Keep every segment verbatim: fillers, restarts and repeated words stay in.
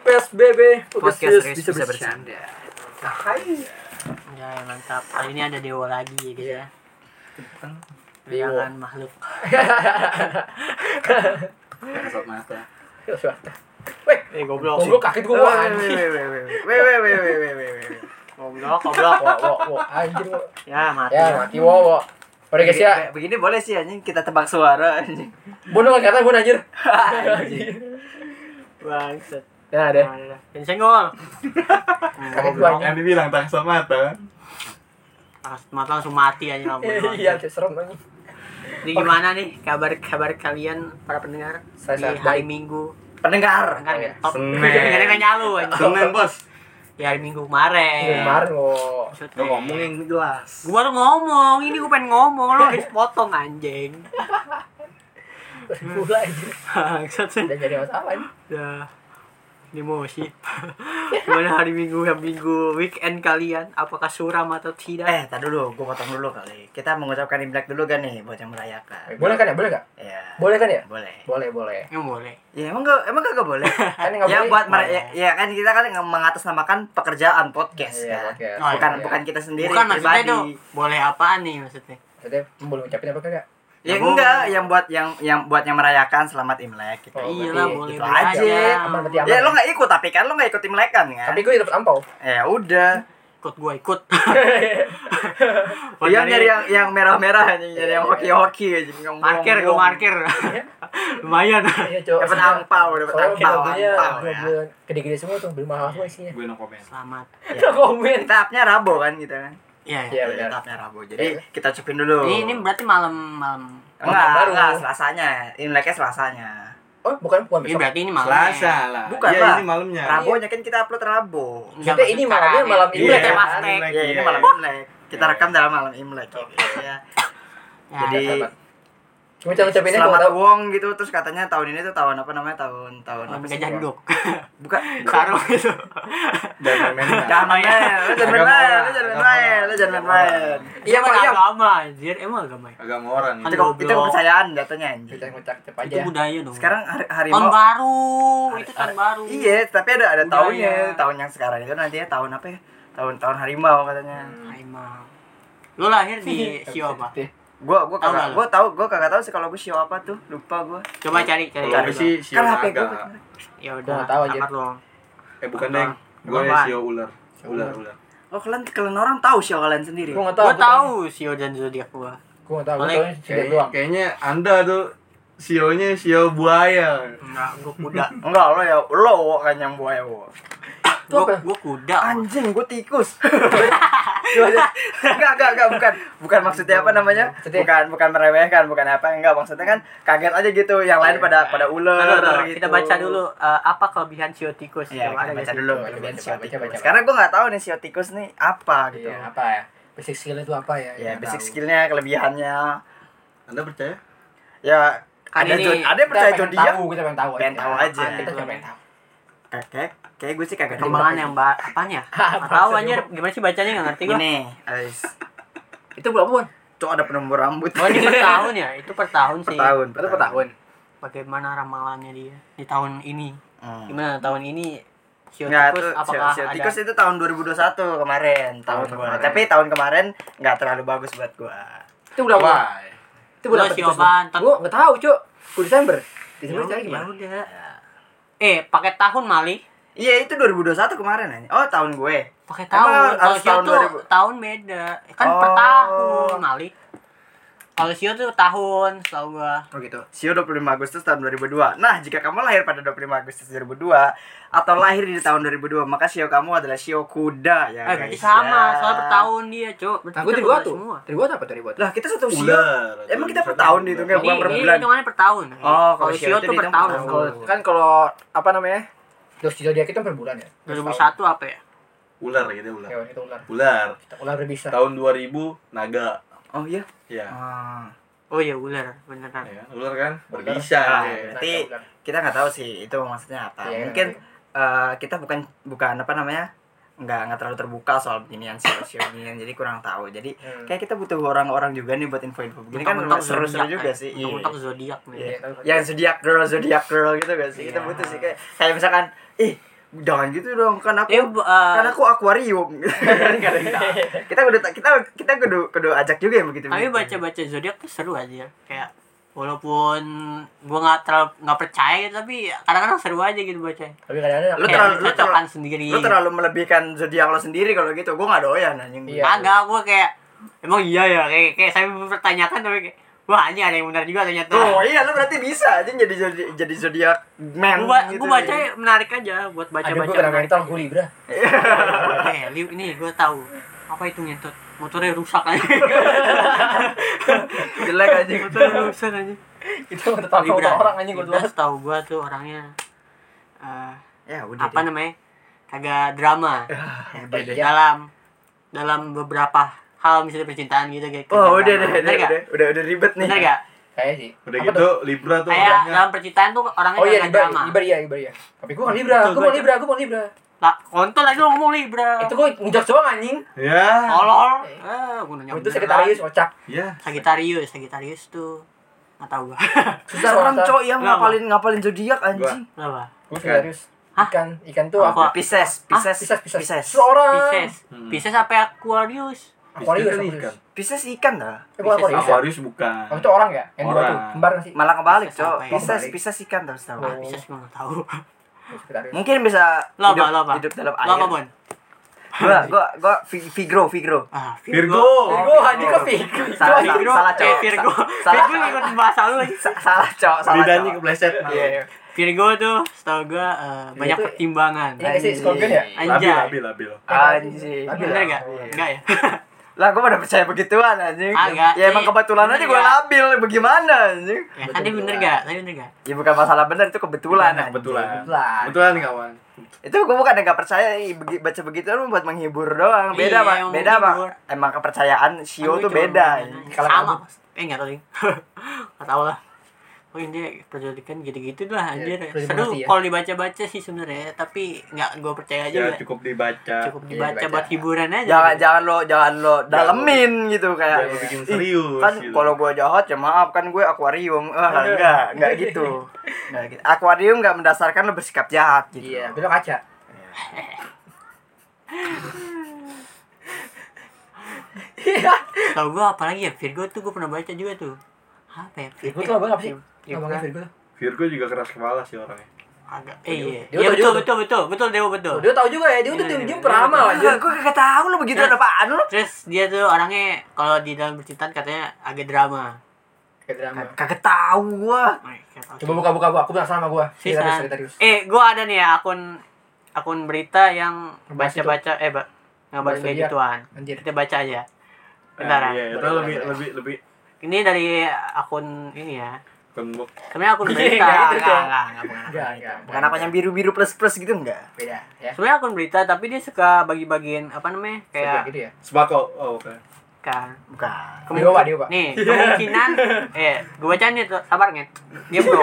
P S B B Podcast bisa, bisa bercanda. Hai. Ya mantap. Kali ini ada Dewa lagi ya guys ya. Kan Bayangan makhluk. kasat mata. Weh, Eh goblok. goblok kaki gua Weh anjing. weh weh weh weh weh weh weh weh weh weh. Goblok, goblok. Wo wo wo anjir wo. Ya mati. Ya mati wo wo. Udah guys ya. Be- Begini boleh sih anjing kita tebak suara anjing. Bono kan kata gua anjir. Bangsat. Ya deh. Yang senggol. Kaki gua anjing. Kan dibilang kasat mata. Pas mata langsung mati aja lampu. Iya, serem anjing. Jadi gimana nih kabar-kabar kalian para pendengar Saya di sangat hari baik. Minggu? Pendengar. Kan iya. top. Senin. Dengarnya enggak nyalu anjing. Senin bos. Di hari Minggu kemarin. Kemarin wo. Lo ngomong yang jelas. Gua baru ngomong, ini gua pengen ngomong, lo guys potong anjing. Pula anjir. Bangsat sih. Udah jadi masalah ini. Ya, ini emosi. Gimana hari Minggu, hari Minggu weekend kalian? Apakah suram atau tidak? Eh, tar dulu, gua potong dulu kali. Kita mengucapkan Imlek dulu kan nih buat yang merayakan. Boleh kan ya? Boleh enggak? Iya. Boleh kan ya? Boleh. Boleh, boleh. Yang boleh. Ya emang gak, emang kagak boleh. Kan enggak Ya boleh. buat mer- ya, ya kan kita kan mengatasnamakan pekerjaan podcast Iya, kan. oke. Oh, Bukan iya. bukan kita sendiri Bukan maksudnya pribadi. tuh, boleh apaan nih maksudnya? Maksudnya boleh ngucapin apa kagak? Ya Ya, enggak, boleh. yang buat yang yang buat yang merayakan selamat Imlek gitu. Oh, Iya berarti lah, boleh gitu boleh aja. aja. Aman berarti aman. Ya lo nggak ikut tapi kan lo nggak ikut Imlekan kan? Tapi gue dapat ampau. Ya udah. Ikut gua ikut. Dia nyari yang yang merah-merah aja, nyari yang hoki-hoki aja. yang Parkir, gua buang-buang. parkir. Lumayan. Iya, Cok. Dapat ampau, dapat Soalnya ampau, mobilnya ampau ya. mobil gede-gede semua tuh, beli mahal semua isinya. Gue no komen. Selamat. Kita komen. Kita upnya Rabo kan kita kan. Iya, Iya, iya. benar. Kita upnya Rabo. Jadi kita cupin dulu. Ini ini berarti malam malam. enggak, baru. enggak, Selasanya. Imleknya Selasanya. Oh, bukan bukan Ini besok. berarti ini malam. Selasa lah. Bukan Iya, lah. ini malamnya. Rabonya kan kita upload Rabo. Maksudnya ini malamnya malam Iya, Imlek Imlek kan? ya, Imlek. Ya, ini Iya. malam Imlek. Kita rekam dalam malam Imlek gitu ya. Ya, Jadi Selamat. Cuma cara ucapinnya gua selamat tahu. uang gitu terus katanya tahun ini tuh tahun apa namanya tahun tahun apa sih? gajah duduk. Bukan. Sarung itu. Dan main Jangan main, lu jangan main main, lu jangan main main, lu jangan main main. Iya, Iya, Pak, iya. agama anjir. Emang agama ya? agama orang. Kan Itu itu goblok. kepercayaan datanya anjing. Kita ngucap Itu aja. budaya dong. Sekarang hari hari tahun mau baru, itu tahun baru. Iya, tapi ada ada Budaya. tahunnya. Tahun yang sekarang itu nantinya tahun apa ya? Tahun tahun harimau katanya. Harimau. Lu lahir di Sio apa? Gua gua Tahu kagak nggak lu? gua tahu gua kagak tahu sih kalau gua sio apa tuh. Lupa gua. Coba cari cari. Kalau gue sih sio Kan H P naga. gua. Ya udah, Nggak tahu aja. angkat dong. Eh bukan Apa? deng. Gue Apaan? sio ular. Ular ular. Oh, kalian kalian orang tahu sio kalian sendiri. Gua enggak tahu. Gua tahu Sio dan zodiak gua. Gua enggak tahu. Gua Boleh. tahu sih Kayaknya, doang. kayaknya anda tuh sionya sio buaya. Enggak, gua kuda. Enggak, lo ya lo kan yang buaya wo. Gua apa? gua kuda. Anjing, gua tikus. Enggak, enggak, enggak, bukan. Bukan maksudnya apa namanya? Maksudnya? Bukan bukan meremehkan, bukan apa. Enggak, maksudnya kan kaget aja gitu. Yang lain pada pada Aduh, ular aduh, gitu. kita baca dulu eh, apa kelebihan Sio tikus. Iya, Coba kita ada baca nggak sih? dulu Coba, kelebihan coba, sio baca, tikus. baca. Karena gua enggak tahu nih sio tikus nih apa gitu. Iya, apa ya? Basic skill itu apa ya? Ya, Nggak basic tahu. skillnya, kelebihannya. Anda percaya? Ya, Kan ada ini zon- ada yang Kita percaya pengen zodiak. tahu, kita pengen tahu Pengen tahu aja. Kita cuma pengen tahu. Kayak kayak gue sih kagak Perkembangan yang ba apaan ya? Nggak tahu anjir, gimana sih bacanya enggak ngerti gua. ini, guys. Itu berapa, Bun? Cok ada penumbuh rambut. Oh, ini per tahun ya? Itu per tahun per sih. tahun, Itu per tahun. Bagaimana ramalannya dia di tahun ini? Hmm. Gimana tahun ini Sio Enggak, tikus tuh apakah Sio ada? tikus itu tahun dua ribu dua puluh satu kemarin, tahun Tahun gua. kemarin. Tapi tahun kemarin enggak terlalu bagus buat gua. Itu berapa? Bun? Wah. Itu berapa? Lu Sio apaan? Gua enggak tahu, Cuk. Gua Desember. Ya Desember udah, cari ya gimana? udah. Eh, pakai tahun Mali. Iya, itu dua ribu dua puluh satu kemarin aja. Oh, tahun gue. Pakai Emang tahun. harus Kalau Sio tahun tuh dua ribu? tahun beda. Kan per Oh. tahun Mali. Kalau Sio tuh tahun, setahu gua. Oh gitu. Sio dua puluh lima Agustus tahun dua ribu dua. Nah, jika kamu lahir pada dua puluh lima Agustus dua ribu dua atau lahir di tahun dua ribu dua, maka Sio kamu adalah Sio kuda ya. Eh, berarti guys, sama, ya. soal per tahun dia, Cuk. Berarti Nah, gua kita dari gua kuda tuh. semua. Dari gua apa dari gua? Lah, kita satu Sio. Ular. Emang kita per tahun dihitungnya, bukan Ini, per ini bulan. hitungannya per tahun. Oh, kalau kalau Sio Sio itu tuh per dihitung tahun. per tahun. Kalau kan kalau apa namanya? Dos zodiak itu per bulan ya. dua ribu satu apa ya? Ular gitu ular. Hewan itu ular. Ular. Ular bisa. Tahun dua ribu naga. Oh iya. Ya. Ah. Oh iya, ular, beneran. Ya, ular kan Ular. berbisa. Ah, ya. berarti Ular. kita nggak tahu sih itu maksudnya apa. Iya, Mungkin ngerti. eh, kita bukan bukan apa namanya? nggak nggak terlalu terbuka soal beginian sio-sio beginian, jadi kurang tahu. Jadi Hmm. kayak kita butuh orang-orang juga nih buat info-info begini kan Bentuk-bentuk seru-seru zodiak, juga eh. sih. Iya. Bentuk-bentuk zodiak nih. Iya. Iya, tahu. Yang zodiak girl, zodiak girl gitu gak sih? Kita Iya. butuh sih kayak kayak misalkan, ih Jangan gitu dong, kan aku Ya, bu- uh, kan aku akuarium. kita udah kita kita kudu kudu ajak juga yang begitu. tapi baca-baca zodiak tuh seru aja. Kayak walaupun gua nggak terlalu nggak percaya gitu, tapi kadang-kadang seru aja gitu baca. Tapi kadang-kadang Lu Kayak terlalu- lu dicocokkan terlalu- sendiri. Lu terlalu melebihkan zodiak lo sendiri kalau gitu. Gua enggak doyan anjing. Iya. Kagak, gua kayak emang iya ya, kayak kayak saya mempertanyakan tapi kayak wah anjing ada yang benar juga ternyata. Oh iya, lu berarti bisa aja jadi zodiak jadi zodiak man. Gua gitu. gua baca menarik aja buat Aduh, baca-baca. gue kena menarik. mental, gue Libra. Eh, li- ini gua tahu. Apa itu ngentot? Motornya rusak aja. Jelek anjing. Motornya rusak aja. Itu tetap Libra. orang anjing gue Libra dulu. tahu gua tuh orangnya eh, Ya udah apa deh. namanya? Kagak drama. Udah deh. dalam dalam beberapa hal misalnya percintaan gitu kayak Oh, udah drama. deh, Bener udah, gak? udah, udah, udah ribet nih. Bener gak? Kayak sih. Udah Apa gitu tuh? Libra tuh Kayak orangnya. dalam percintaan tuh orangnya Oh iya, kagak Libra, drama. Libra iya, Libra iya. Tapi gue bukan Libra, Betul, gue bukan gua- Libra, gue bukan Libra. Lah, kontol aja lo ngomong Libra. Itu gue ngejok doang anjing. Ya. Tolol. Eh, gua nanya. Itu beneran. Sekretarius kocak. Ya. Sagitarius, Sagitarius tuh nggak tahu gua. Susah Orang orang cowok yang Kenapa? ngapalin ngapalin zodiak anjing. Kenapa? Gue Sekretarius. Hah? Ikan, ikan tuh Apa? apa? Pisces, Pisces, Pisces, Pisces. Pisces. Seorang. Pisces. Hmm. Pisces apa Aquarius? Aquarius, Pisces kan Aquarius. ikan. Pisces ikan dah. Eh, bukan Aquarius. ya? Aquarius bukan. Oh, itu orang ya? Yang dua Orang. tuh, kembar nggak sih? Malah kebalik, Pisces cowok. apa ya? Pisces, Kebalik. Pisces ikan terus tahu. Ah, Oh. Pisces gua nggak tahu. Sekretarius. Mungkin bisa Lo apa? hidup, Lo apa? hidup dalam Lo apa, air. Bon? Gua, gua, gua Vi- Vigro, Vigro. Ah, Virgo. Virgo, anjing kok Virgo? Salah, Itu Virgo. salah, Eh, cowok. Virgo. Sa- salah. Virgo ngikutin bahasa lu lagi. Sa- salah, cowok, salah. Lidahnya cowok. kepleset. Iya, iya. Virgo tuh setahu gua eh, banyak tuh- pertimbangan. Iya nggak sih, Scorpion ya? Labil, Anjay. labil, labil. Anjing. Labil. Bener gak? Enggak ya? Lah, gua pada percaya begituan anjing. Agak. Ya emang Iya. kebetulan aja Bener gua nggak? labil, bagaimana anjing? Ya kan dia bener gak? Tapi bener gak? Ya bukan masalah benar, itu kebetulan. anjing. Kebetulan. Kebetulan. Kebetulan nih kawan. Itu gue bukan yang gak percaya, ih, begi- baca begitu kan buat menghibur doang. Beda, Iya, Pak. emang Beda, Pak. menghibur. Emang kepercayaan Shio Kan tuh gua cuma beda. ngomong Kalau sama. kamu- Eh enggak tahu, Ding. Enggak tahu lah. Oh ini perjodikan gitu-gitu lah anjir. Ya, perlu Seru dimengerti ya. kalau dibaca-baca sih sebenarnya, tapi enggak gua percaya aja. Ya cukup dibaca. Cukup Iya, dibaca dibaca. buat hiburan aja. Jangan jangan lo jangan lo dalemin gitu kayak. Jangan bikin "Ih, serius, kan gitu." kalau gue jahat ya maaf kan gue akuarium. Ah, enggak, enggak gitu. Enggak gitu. Akuarium enggak mendasarkan lo bersikap jahat gitu. Iya, belok kaca. Tahu gua apalagi ya Virgo tuh gua pernah baca juga tuh. Apa ya? Virgo tuh abang apa sih? Virgo. Ngomongnya Virgo tuh. Virgo juga keras kepala sih orangnya. Agak. Eh iya. Dia Iya tahu betul juga betul betul. Betul Dewa betul. Oh, dia tahu juga ya, dia tuh Iya, diem-diem iya, peramal iya. aja. Gue kagak tahu lo begitu ada apaan lo. Terus dia tuh orangnya kalau di dalam percintaan katanya agak drama. Kayak drama. Kagak tahu gua. Ay, kayak tahu. Coba buka-buka gua, aku bilang sama gua. Sisan. Sekretarius, Sekretarius. Eh, gua ada nih ya akun akun berita yang Ngebahas itu. baca-baca eh ba, ngabarin Bahas kayak dia. gituan. Anjir. Kita baca aja. Bentar. Nah, ya. iya, itu Boleh, lebih boleh. lebih lebih Ini dari akun ini ya. kembuk. Sebenarnya akun Iya, berita. nggak gitu, Enggak, Cok. enggak, enggak, bukan. Enggak, enggak. Bukan apa yang biru-biru plus-plus gitu enggak? Beda, ya. Sebenarnya akun berita tapi dia suka bagi-bagiin apa namanya? Kayak Kayak gitu ya. Sembako. Oh, oke. kan. Bukan. Dia Pak, dia Pak. Nih, kemungkinan eh gua bacain nih tuh, sabar nget. Dia bro.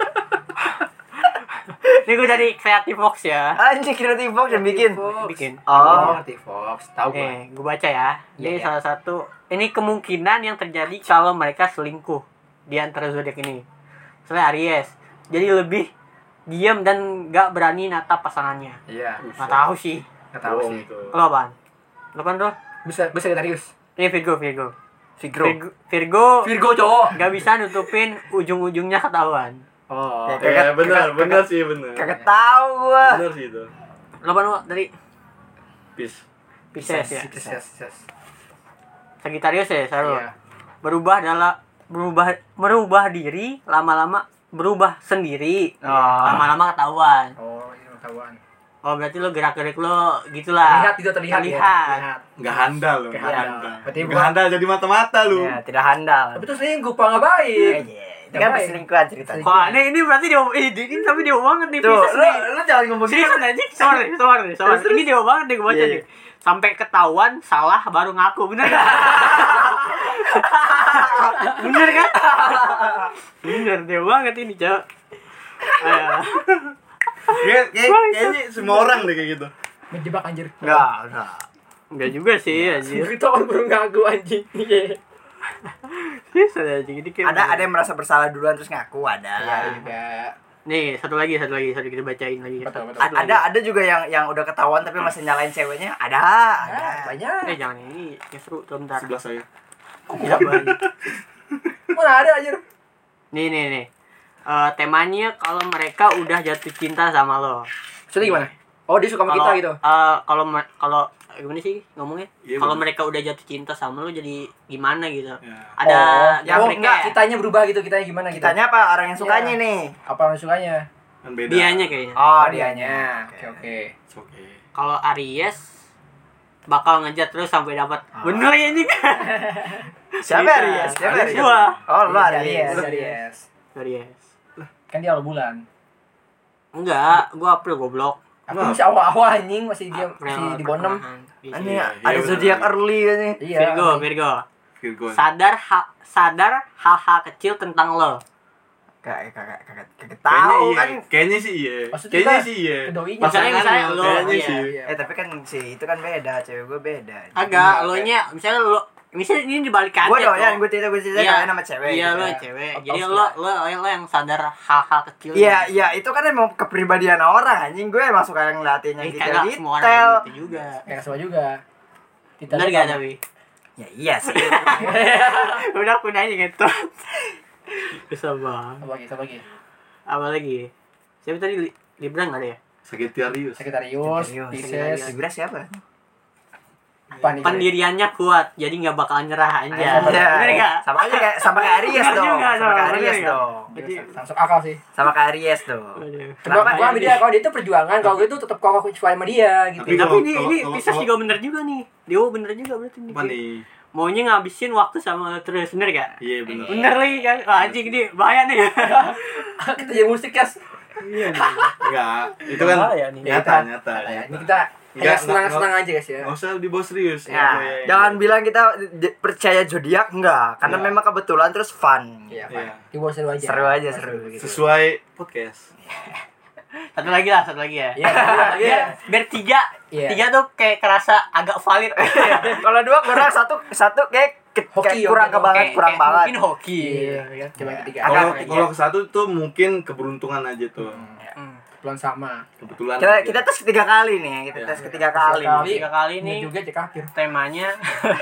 Ini gue dari Creative Fox ya. Anjing kreatif box yang bikin. Bikin. Oh, Oh. ngerti Fox. Tahu gua. Eh, gue baca ya. Iya, Ini iya. salah satu ini kemungkinan yang terjadi kalau mereka selingkuh di antara zodiak ini. Misalnya Aries. Jadi lebih diam dan gak berani natap pasangannya. Iya. Nggak tahu sih. Enggak tahu Bohong sih. itu. Lo apaan? Lo kan bro? Bisa bisa Sekretarius. Ini Virgo, Virgo. Vigro. Virgo, Virgo Virgo cowok. gak bisa nutupin ujung-ujungnya ketahuan. Oh. Ya, Ya, Kagak- benar, kagak- benar sih, benar. Kagak tahu gua. Benar sih itu. Lo apa lo dari Peace. Pisces ya? Yes, yes, yes. Sagittarius ya, Saru. Iya. Berubah dalam berubah merubah diri lama-lama berubah sendiri. Oh. Lama-lama ketahuan. Oh, ini ketahuan. Oh, berarti lo gerak-gerik lo gitulah. Terlihat itu terlihat. Terlihat. Ya. Terlihat. Enggak handal lu, Nggak enggak handal. handal. Berarti Nggak bukan- handal jadi mata-mata lu. Ya, tidak handal. Tapi itu selingkuh, Pak, nggak baik. Eh, iya. Itu kan Baik. perselingkuhan ceritanya. Wah, ini ini berarti dia eh, ini tapi dia banget nih Tuh, Pisces lu nih. lu jangan ngomong gitu. Seriusan aja, sorry, sorry, sorry. Ini dia banget nih gue baca Iya, nih. Sampai ketahuan salah baru ngaku, bener gak? Bener kan? Bener, dia banget ini, Cok. Ayo. Kayak kayak- kayaknya semua orang deh kayak gitu. Menjebak anjir. Enggak, enggak. Enggak juga sih, anjir. Itu orang baru ngaku anjing. Iya. Seriusan aja, jadi kayak Ada ada yang merasa bersalah duluan terus ngaku ada. Iya juga. Nih, satu lagi, satu lagi, satu kita bacain lagi. Betul, betul. Satu A- lagi. ada ada juga yang yang udah ketahuan tapi masih nyalain ceweknya. Ada, ada. Ah, banyak. Eh, jangan ini, yang seru tuh bentar. Sebelah saya. Iya, banyak. Mana ada anjir. Nih, nih, nih. Eh, temanya kalau mereka udah jatuh cinta sama lo. Maksudnya gimana? Oh, dia suka sama kita Kalau gitu. eh, kalau me- kalau gimana sih ngomongnya? Iya, Kalau bener. mereka udah jatuh cinta sama lo jadi gimana gitu. Ya. Ada oh, ya, oh, grafik enggak, ya? kitanya berubah gitu, kitanya gimana gitu. Kitanya apa orang yang sukanya Iya. nih? Apa yang sukanya? Kan beda. Dianya kayaknya. Oh, dianya. dianya. Oke, oke. It's okay. Kalau Aries bakal ngejar terus sampai dapat. Ah. Bener ya ini kan? Siapa Bisa. Aries? Siapa Aries Aries? gua. Oh, lu Iya, Aries. Aries, Aries. Aries. Kan dia awal bulan. Enggak, gua April goblok. Aku Wah. masih awal-awal anjing, masih dia April masih di bawah enam. pertengahan. Bisa. Ini Iya, ada iya, zodiak bener. early kan nih. Iya. Virgo, Virgo. Virgo. Sadar ha sadar hal-hal kecil tentang lo. Kagak kagak kagak kagak Kayaknya tahu iya. kan. Kayaknya sih iya. Maksudnya Kayaknya kita- sih iya. Kedoinya. Misalnya misalnya lo Kayaknya iya. sih. Iya. Eh tapi kan sih itu kan beda, cewek gue beda. Agak lo nya misalnya lo misalnya ini dibalik aja. Gue tuh. doyan, gue cerita gue cerita Iya. kalian sama cewek. Iya gitu. lo cewek. Out Jadi of lo lo lo yang sadar hal-hal kecil. Iya, iya itu kan emang kepribadian orang anjing. Gue emang suka ngeliatin yang Eh, kagak detail semua orang detail. gitu juga. Kayak semua juga. Kita Bener gak tapi? Ya iya sih. Udah aku nanya gitu. Bisa banget. Apa lagi? Apa lagi? Apa lagi? Siapa tadi Li- Libra nggak ada ya? Sagittarius. Sekretarius, Serius. Pisces. Libra siapa? Apa nih? Pendiriannya kuat, jadi nggak bakal nyerah aja. Iya. Bener gak? Sama aja kayak sama kayak Aries Bener dong. juga Sama dong, kayak bener Aries juga. dong. Jadi masuk akal sih. Sama kayak Aries dong. Aduh. Kenapa? Gua gua beda, kalau dia itu perjuangan, kalau gue itu tetap kokoh suka sama dia gitu. Tapi Tapi kalau- ini kalau- ini kalau- Pisces kalau- juga bener juga nih. Dia bener juga berarti nih. Apa nih? Maunya ngabisin waktu sama lo terus, bener gak? Iya benar. Bener lagi kan? Wah, anjing ini bahaya nih. Kita jadi musik Kas. Iya. Enggak. Itu kan Bahaya nih. nyata nyata. Ya, ini nyata. kita Enggak, hanya senang-senang aja guys ya. Nggak usah dibawa serius. Ya, Iya, iya. jangan bilang kita d- percaya zodiak enggak, karena Iya. memang kebetulan terus fun. Iya, Iya. Pak. Di bawah seru aja. Seru aja seru gitu. Sesuai podcast. Satu lagi lah, satu lagi ya. Iya, iya, iya. Biar, biar tiga, Iya. tiga tuh kayak kerasa agak valid. Kalau dua kurang satu satu kayak, ke- Hoki, kayak kurang hoki, ke banget, Kayak- kurang kayak banget. Mungkin hoki. Iya, ya. coba yang ketiga. Kalau Agak- kalau ke satu tuh mungkin keberuntungan aja tuh. Hmm. Pelan sama. Kebetulan. Kita aja. kita tes ketiga kali nih, kita Iya. tes ketiga kali. Kali. Tiga kali Ini nih juga cek akhir. temanya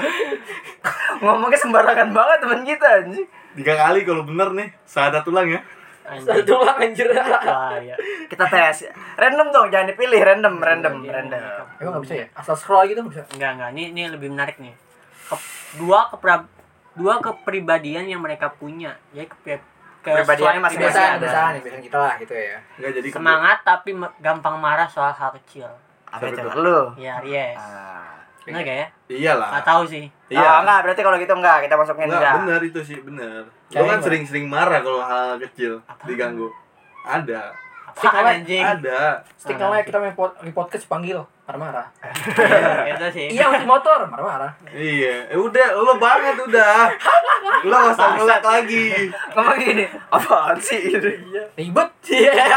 Ngomongnya sembarangan banget teman kita anjing. Tiga kali kalau bener nih, sahadat tulang ya. Satu lah anjir. bahaya. Kita tes. Random dong, jangan dipilih, random, random, Iya. random. Emang enggak bisa ya? Asal scroll gitu nggak bisa. Enggak, enggak. Ini ini lebih menarik nih. Ke- dua kepra dua kepribadian yang mereka punya. Ya ke, ke Kepribadiannya masing-masing Kebiasaan, ada. kebiasaan, kebiasaan kita lah gitu ya. Enggak jadi semangat tapi me- gampang marah soal hal kecil. Apa Siapa itu? itu? Lu. Ya, Aries. Ah. Bener gak ya? Iyalah. Gak tahu sih. Iya. Iya. enggak, berarti kalau gitu enggak, kita masukin Enggak, enggak. bener itu sih, bener. Lo Kayaknya kan enggak. sering-sering marah kalau hal kecil Apaan? diganggu. Ada. Stick Apaan away. anjing? Ada. Stick namanya kita main pod, di podcast panggil marah-marah. Itu sih. Iya, masih motor, marah-marah. Iya. Eh udah, lo banget udah. Lo gak usah ngelak lagi. Ngomong gini, apaan sih ini? Ribet. Iya.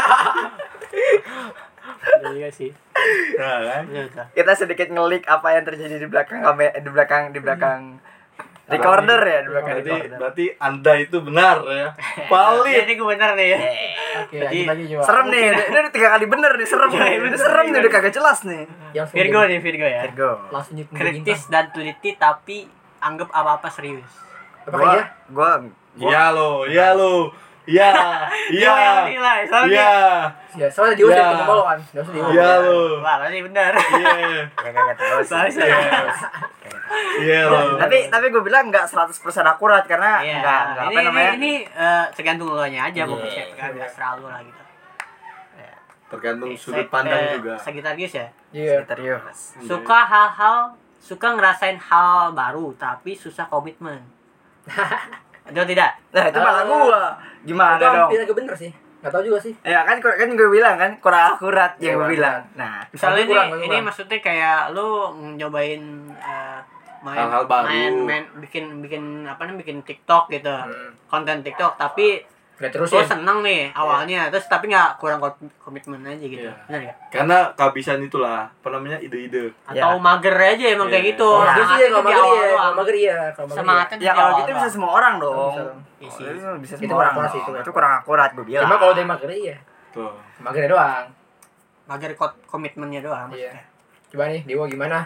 Iya sih. Nah, kan? Iya, udah. Kita sedikit ngelik apa yang terjadi di belakang kame- di belakang di belakang recorder ya, di belakang Berarti, recorder. berarti Anda itu benar ya. Valid. Ini gue bener nih ya. Oke, Jadi, lanjut lagi coba. Serem nih, ini udah tiga kali bener nih, serem nih. Ini serem nih, udah kagak jelas nih. Yang Virgo nih, Virgo ya. Virgo. langsung di Kritis dan teliti tapi anggap apa-apa serius. Apa Gua, ya? gua, gua Iya lo, iya lo. Iya, iya. Dia yang nilai, soalnya Iya. Ya, soalnya diusir Ya. sama follow kan. Enggak usah diusir. Iya lo. Wah, berarti bener. Iya. ya kagak terus. Bahasa. Iya lo. Tapi tapi gue bilang enggak seratus persen akurat karena Iya. enggak enggak Ini apa namanya? ini, ini eh, tergantung lo nya aja mau Iya. percaya kan enggak selalu lah gitu. Tergantung Eh, sudut Sag- pandang eh, juga. Sagittarius ya. Iya. Serius. Suka hal-hal suka ngerasain hal baru tapi susah komitmen. Betul tidak? Nah, itu malah Oh. gua. Gimana Itu dong? hampir agak bener sih. Enggak tahu juga sih. Ya kan kan gue bilang kan kurang akurat yang Iya, gue kurang bilang. Nah, Misalnya Kurang, ini, kurang. ini maksudnya kayak lu nyobain eh, main, Hal-hal baru. main, main bikin bikin apa namanya bikin TikTok gitu, Hmm. konten TikTok tapi Enggak terus lu ya. seneng nih awalnya, terus tapi nggak kurang ko- komitmen aja gitu, Iya. benar ya? Karena kehabisan itulah, apa namanya, ide-ide. Atau Ya. mager aja emang kayak Iya. gitu. Oh, Nah, itu sih Semangatnya ya, kalau di mager awal iya, doang. kalau mager iya, kalau mager. Semangatnya ya di kalau awal gitu bisa doang. semua orang dong. Bisa dong. Iya Oh, sih. itu bisa Itu semua kurang orang. akurat sih, dong. itu. Itu kurang akurat gue iya. bilang. Cuma kalau dari mager iya. Tuh. Magernya doang. mager kot komitmennya doang. Iya. Coba nih, Dewa gimana?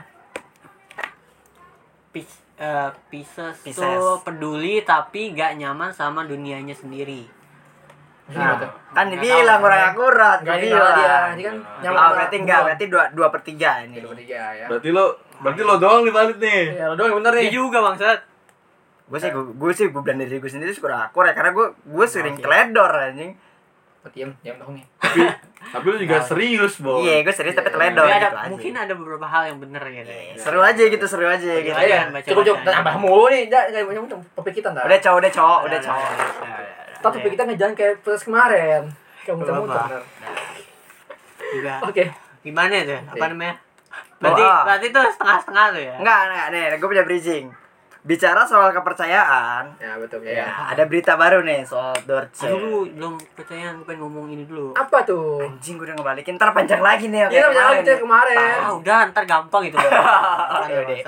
Pis, eh, Pisces, Pisces. tuh peduli tapi gak nyaman sama dunianya sendiri. Gimana Nah, tuh? kan Nggak dibilang tahu, kurang ya. akurat. Enggak ini dibilang. salah dia. Ini kan Nah. nyaman. Oh, berarti enggak, berarti dua dua per tiga ini. Dua per tiga ya. Berarti lo berarti lo doang nih valid nih. Iya, lo doang yang bener nih. Dia juga bangsat. Gue sih gue sih gue bilang diri gue sendiri sih kurang akurat karena gue gue sering Oke. teledor anjing. Oh, diam, diam dong nih. Tapi tapi lo juga serius, Boy. Iya, gue serius tapi Iya. teledor Tapi ada, gitu aja. mungkin ada beberapa hal yang bener gitu. Iya, seru aja gitu, seru aja gitu. Aja Iya, kan, baca-baca cukup cukup aja. nambah mulu nih. Enggak, enggak banyak topik kita entar. Udah cowok, udah cowok, udah Udah, cowok. udah, Kita topik kita ngejalan kayak proses kemarin. Kamu Apa-apa. muter-muter. Juga. Oke. Gimana tuh? Apa Oke. namanya? Berarti Oh, ah. berarti tuh setengah-setengah tuh ya. Enggak, enggak, nih, gue punya bridging. Bicara soal kepercayaan, Ya, betul ya, ya. ada berita baru nih soal Dorce. Aduh, lu belum percaya, gue pengen ngomong ini dulu. Apa tuh? Anjing gue udah ngebalikin, ntar panjang lagi nih. Iya, jangan kita kemarin. Ah, udah ntar gampang itu. Ya udah.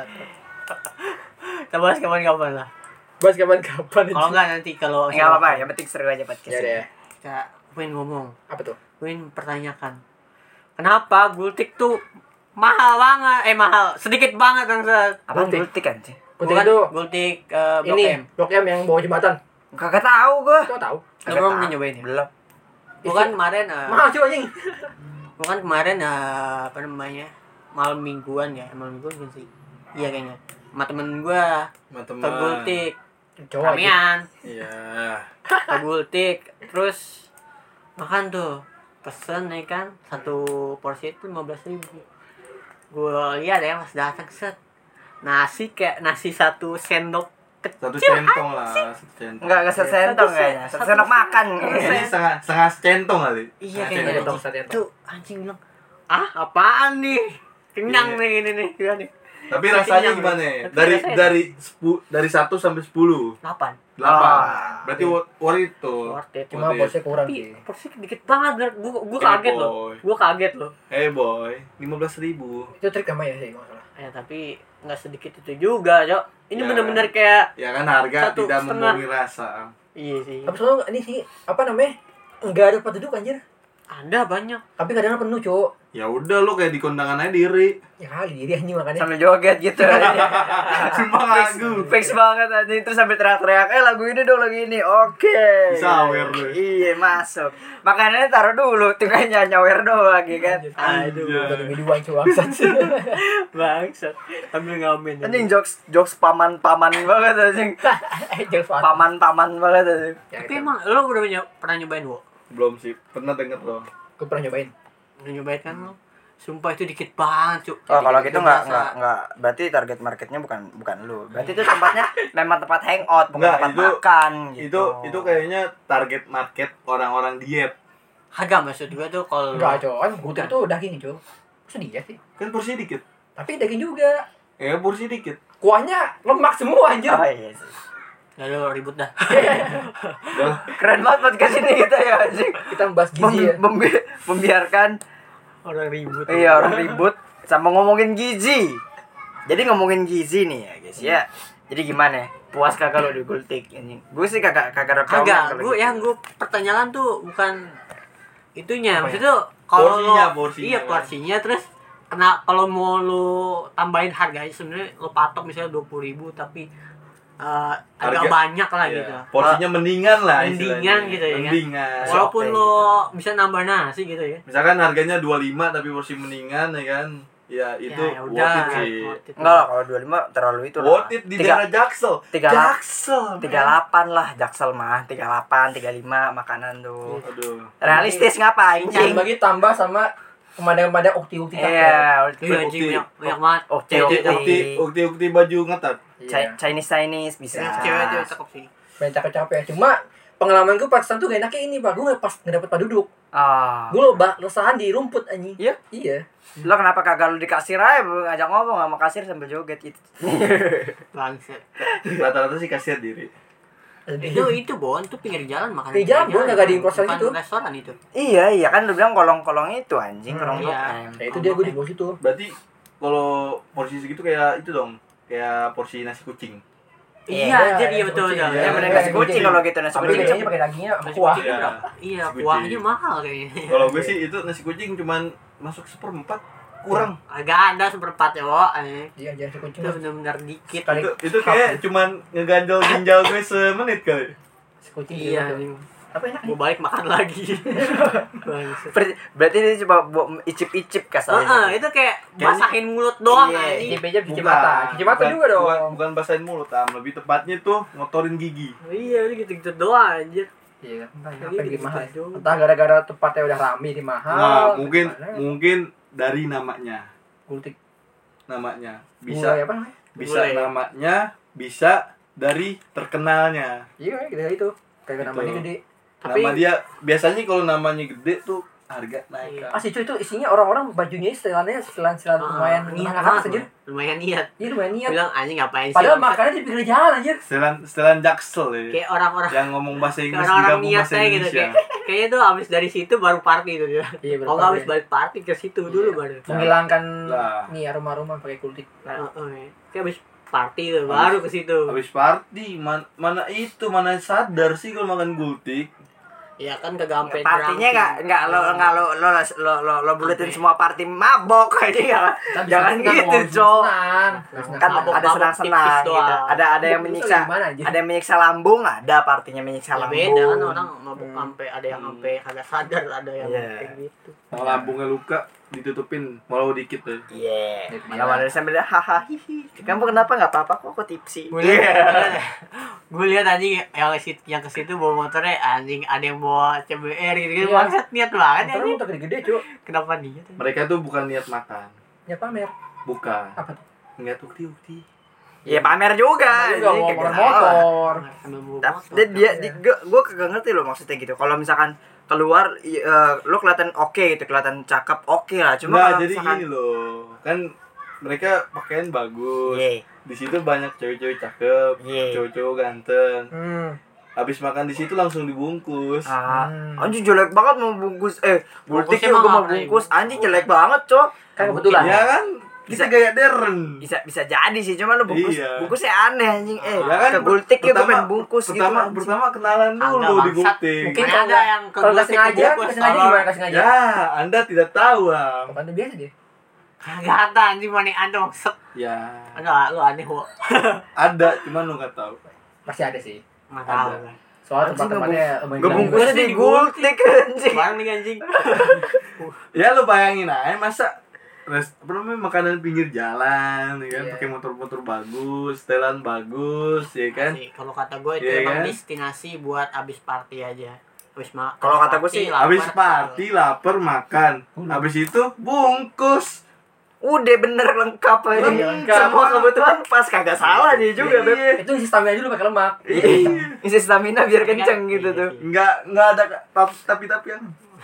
Kita bahas kapan-kapan lah. Bahas kapan-kapan ini. Kalau enggak nanti kalau Enggak apa-apa, yang penting seru aja podcast. Ya deh. kita pengen ngomong, Apa tuh? pengen pertanyakan. Kenapa gultik tuh mahal banget? Eh mahal, sedikit banget bangsat. Apa Gultik. gultik anjing? Kutik Bukan itu gultik eh, Blok ini M. Blok M yang bawah jembatan. Kagak tahu gue. Kau tahu? Lu belum pernah nyobain ya? Belum. Bukan kemarin eh, Mahal cuy anjing. bukan kemarin eh, apa namanya? Malam mingguan ya, malam mingguan kan sih. Iya kayaknya. Sama temen gua Teman-teman. ke gultik, Cowok aja. ramean, Iya. ke gultik, terus makan tuh, pesen ya kan, satu porsi itu lima belas ribu. Gue lihat ya pas datang set, nasi kayak nasi satu sendok Satu kecil. centong lah, satu centong. Enggak enggak sesentong Satu kayaknya. sen- Satu satu sendok sen- makan. Ini setengah setengah centong kali. Iya Setengah kayaknya centong, anjing. setengah centong. Tuh anjing bilang, ah apaan nih, kenyang Iya. nih ini nih, gila nih. Tapi Masih rasanya kenyang, gimana? Bro. ya? Tapi Dari rasanya dari sepu- dari satu sampai sepuluh. Delapan. Delapan. Ah. Berarti worth worth it tuh. Worth it. Cuma Worth it. porsinya kurang Tapi sih. porsi dikit banget, gue gue Eh, kaget loh, boy. gue kaget loh. Eh boy, lima belas ribu. Itu trik namanya sih kalau nggak salah. Ya tapi nggak sedikit itu juga, Cok. Ini Ya. bener-bener kayak Ya kan harga Satu tidak setengah. membohongi rasa. iya sih. Tapi soalnya ini sih apa namanya? Enggak ada tempat duduk anjir. Ada banyak. Tapi kadang penuh, Cuk. Ya udah lo kayak di kondangan aja diri. Ya kali diri anjing makannya. Sambil joget gitu. Sumpah fix, lagu. fix banget anjing terus sambil teriak-teriak eh lagu ini dong lagu ini oke Bisa awer lu. iya masuk makanannya taruh dulu tinggalnya nyawer doang lagi kan Aduh, Iya. Udah lebih dua Cuk bangsat sih. bangsat. Ambil ngamen. anjing jokes jokes paman-paman banget anjing Jangan suatu. paman-paman banget anjing Ya, Tapi gitu. emang lo udah nyo- pernah nyobain, Wo? Belum sih, pernah denger lo. Gue pernah nyobain. Udah nyobain kan lo? Sumpah itu dikit banget, Cuk. oh kalau gitu nggak berasa. nggak nggak berarti target marketnya bukan bukan lu berarti itu tempatnya memang tempat hangout bukan Nggak, tempat itu- makan gitu Itu itu kayaknya target market orang-orang diet. Agak maksud gue tuh kalau Enggak, Cuk. Kan gudeg tuh daging, Cuk. Sedih ya sih. Kan porsi dikit. Tapi daging juga. Eh porsi dikit. Kuahnya lemak semua anjir. oh iya sih Gak lo ribut dah. Udah. keren banget podcast ini kita ya anjing Kita membahas gizi Mem- ya. membi- membiarkan Orang ribut. iya orang ribut sama ngomongin gizi. Jadi ngomongin gizi nih ya guys ya. Jadi gimana? Puas kagak lo di gultik anjing? Gue sih kagak kagak rekomen Kagak, kalau gue gitu. yang gue pertanyaan tuh bukan itunya, Apa ya? maksudnya kalau Porsinya, lo- porsinya iya kan. porsinya terus kena kalau mau lo tambahin harganya sebenarnya lo patok misalnya dua puluh ribu tapi eh, agak Harga- banyak lah Iya. gitu. Porsinya mendingan lah Mendingan istilahnya. gitu ya kan? Mendingan. Wala- Walaupun oke, lo bisa nambah nasi gitu ya. Misalkan harganya dua puluh lima tapi porsi mendingan ya kan. Ya itu Ya, ya worth udah, it sih. worth it. Enggak lah kalau dua puluh lima terlalu itu lah. Worth it di Tiga- daerah Jaksel. tiga- Jaksel. tiga puluh delapan lah Jaksel mah tiga puluh delapan tiga puluh lima makanan tuh. Aduh. Realistis ngapa Jangan anjing? bagi tambah sama pemandangan-pemandangan ukti-ukti cakep. Iya, Iya anjing Ukti. banyak banyak banget. Ukti, Cewek- ukti. cewek- Ukti ukti ukti baju ngetat. Iya. Chi- Chinese Chinese bisa. Cewek cewek cakep sih. Banyak cakep-cakep ya. Cuma pengalaman gue pas tuh gak enaknya ini, Pak. Gue gak pas gak dapet tempat duduk. Ah. Gue lo bak lesahan di rumput anjing. Iya? Iya. Lo kenapa kagak lu di kasir aja belum ngajak ngomong sama kasir sambil joget gitu. Bangsat. Rata-rata sih kasihan diri. Itu itu Bon, itu pinggir jalan makan. Pinggir jalan, Bon, nggak ada di kosan Bukan gitu. restoran itu. Iya, iya kan lu bilang kolong-kolong itu anjing, Hmm, kolong iya. Blok M. Ya itu dia gue di bawah situ. Berarti kalau porsi segitu kayak itu dong, kayak porsi nasi kucing. Iya, anjir iya betul betul. Ya bener nasi kucing kalau gitu nasi Tapi kucing. bedanya pakai dagingnya sama Nasi kuah. kucing Iya. berapa? Iya, Nasi kuahnya kucing. mahal kayaknya. Kalau gue sih itu nasi kucing cuman masuk seperempat kurang. Agak ada seperempat ya, Wo. Eh. Iya, jangan nasi kucing. Itu benar-benar dikit. Sekali Itu itu kayak cuman ngeganjel ginjal gue semenit kali. nasi kucing. Iya, gitu. anjing. Apa enak? Mau balik makan lagi. Bangsat. Ber- Berarti dia coba buat icip-icip kasarnya. Heeh, itu kayak basahin mulut doang Iya, anjing. Cuci meja, cuci Bukan. mata. Cuci mata Bukan- juga dong. Bukan, bukan basahin mulut, Am. Lebih tepatnya tuh ngotorin gigi. Iya, gitu-gitu doang anjir. Iya, entah Iya, apa yang gitu mahal. doang. Entah gara-gara tempatnya udah rame di mahal. Nah, mungkin gimana. mungkin dari namanya. Gultik. Namanya. Gulai Bisa apa namanya? bisa Gulai. namanya, bisa dari terkenalnya. Iya, gitu itu. Kayak namanya Gitu. gede. Tapi Nama dia biasanya kalau namanya gede tuh harga naik. Iya. Kak. Asli cuy itu isinya orang-orang bajunya setelannya setelan-selan ah, lumayan niat menengah banget, atas anjir. lumayan niat. Iya lumayan niat. Bilang anjing ngapain sih? Padahal Maksud- makannya di pinggir jalan anjir. Setelan setelan Jaksel ya. kayak orang-orang Yang ngomong bahasa kayak Inggris orang-orang digabung niat bahasa saya gitu Indonesia. kayak kayaknya tuh abis dari situ baru party tuh dia. Iya, baru Kalau nggak party. abis balik party ke situ dulu baru. Menghilangkan Lah. nih aroma-aroma pakai gultik. Heeh. Kayak abis party tuh baru ke situ. Habis party man, mana itu mana sadar sih kalau makan gultik. Ya kan kagak sampai Partinya nggak nggak lo nggak lo lo lo lo lo buletin semua party mabok aja nggak jangan gitu cok kan Mabok-mabok ada senang-senang tipis gitu doang. ada ada yang Mabok itu menyiksa gimana aja? ada yang menyiksa lambung ada partinya menyiksa Ya lambung beda kan orang mabuk Hmm. sampai ada yang sampai kagak sadar ada yang Iya. kayak gitu. Mau lambungnya luka ditutupin walau dikit tuh. iya Iya. malah malah sambil hahaha hihi kamu kenapa nggak apa-apa kok aku tipsi Gue lihat, gue lihat anjing yang ke situ, yang ke situ bawa motornya anjing ada yang bawa C B R gitu gitu. Iya. Bangsat niat banget Motornya anjing. motor gede-gede cuy. Kenapa niat? Mereka tuh bukan niat makan, Ya pamer. bukan. Apa tuh? Niat ukti-ukti. ya pamer juga Juga jadi mau kagak motor. salah. motor. Sambil bawa Tapi motor. dia, dia di, gua, gua kagak ngerti loh maksudnya gitu. Kalau misalkan keluar i- eh, lu kelihatan oke gitu, kelihatan cakep oke lah. Cuma Nggak, kalau jadi misalkan gini loh. Kan mereka pakaian bagus. Iya. Di situ banyak cewek-cewek cakep, Iya. cowok-cowok ganteng. Hmm. Habis makan di situ langsung dibungkus. Ah, Hmm. anjing jelek banget mau bungkus eh gultik Bungkusnya yuk gua mah mau nggak bungkus kayak anjing jelek banget cok Kan kebetulan. Ya kan? Kita Bisa- gaya deren. bisa bisa jadi sih cuma lu bungkus Iya. bungkusnya aneh anjing eh Ya kan, ke gultik yuk gua pertama- pengen bungkus gitu pertama, anjing. pertama kenalan dulu Agak di bangsat. gultik. Mungkin Mana kalau ada nggak- yang ke kalau nggak gultik sengaja, kebungkus, nggak sengaja tolong. gimana nggak sengaja? Ya, Anda tidak tahu, Am. Apaan tuh biasa dia? Kagak ada anjing mana ada maksud. Ya, Enggak, lu aneh kok. ada, cuman lu nggak tahu. Pasti ada sih. Enggak tahu. Ada. Soalnya Anjing, tempat-tempatnya lumayan Gua gede. bungkusnya di gultik anjing Barang nih anjing. Ya lu bayangin aja masa res, apa namanya makanan pinggir jalan ya kan Iya. pakai motor-motor bagus, setelan bagus ya kan. Sih, kalau kata gue itu Iya emang kan? destinasi buat abis party aja. Abis ma- Kalau abis kata gua party, sih, lapar. Habis party lapar makan. Habis itu bungkus. udah bener lengkap aja Iya, lengkap. semua kebutuhan pas kagak salah dia juga beb Iya. Itu isi stamina dulu pakai lemak. isi stamina biar kenceng gitu tuh Enggak enggak ada tap- tapi-tapian.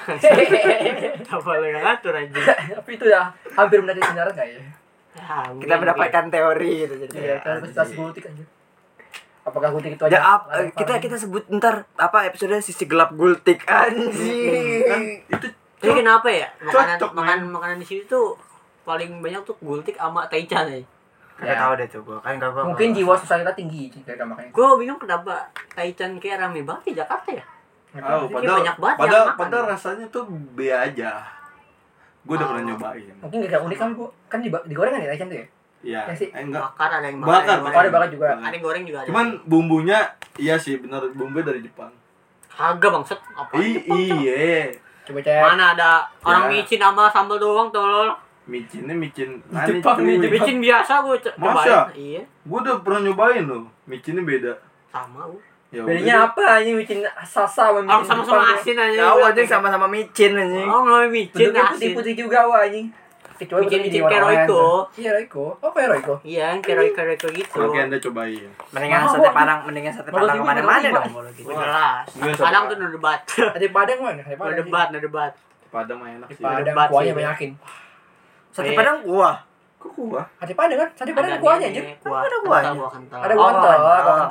Apa lu yang ngatur anjing? Tapi itu ya hampir mendekati kebenaran nggak ya? Ya, kita mungkin, mendapatkan teori gitu jadi Iya, kan kita gultik aja. Apakah gultik itu aja? ya ap, eh, kita kita sebut ntar apa episode sisi gelap gultik anjing Kan itu Tapi kenapa ya? Makanan Cocok, makanan men. makanan di situ tuh paling banyak tuh gultik sama taichan ya. kagak tahu deh tuh gua kan kagak gua Mungkin jiwa sosial kita tinggi kita makanya. Gue bingung kenapa taichan kayak rame banget di Jakarta ya. oh, Kayak padahal banyak banget padahal, yang makan. padahal rasanya tuh B aja. Gue udah Oh. pernah nyobain. Mungkin gak unik kan bu? Kan di digoreng kan ya Taichan tuh ya? Iya. Ya sih. Eh, enggak. Bakar ada yang Bakar, ada yang Oh bakar. ada bakar juga. Ada yang goreng juga ada. Cuman bumbunya iya sih bener bumbunya dari Jepang. kagak bangset apa? I- iya. Coba cek. Mana ada orang Ya. micin sama sambal doang tolol. Micinnya micin Jepang nih, Jepang. Micin biasa gue Masa? cobain. Iya, Gue udah pernah nyobain loh. Micinnya beda. sama gua. Ya Bedanya apa anjing bikin salsa sama Orang bikin sama-sama Jepang, asin aja. tahu anjing sama-sama micin anjing Oh, nggak micin Bentuknya asin. putih-putih juga wah anjing. Kecuali Bikin- bentuknya bikin di warna kayak oranye. Royco. Iya Royco. Oh kayak Royco. Iya, yang kero-kero gitu. Oke, Anda cobain. mendingan Mahal, sate Bu. padang mendingan sate Mahal padang juga, kemana-mana mahal dong juga. kalau gitu Gua jelas. Gua yang Kadang sama. tuh udah debat. Ada Padang mana? Ada Udah Padang. debat, udah debat. Padang mah enak Di sih. Padang Debat kuahnya sih, banyakin. sate Iya. padang gua Kok kuah? Sate Padang kan? Sate Padang Ada ada kuahnya nih, anjir. Kuah. Ada kuahnya. Kental, kuah kental. Ada Oh, wontol, oh. kuah kental.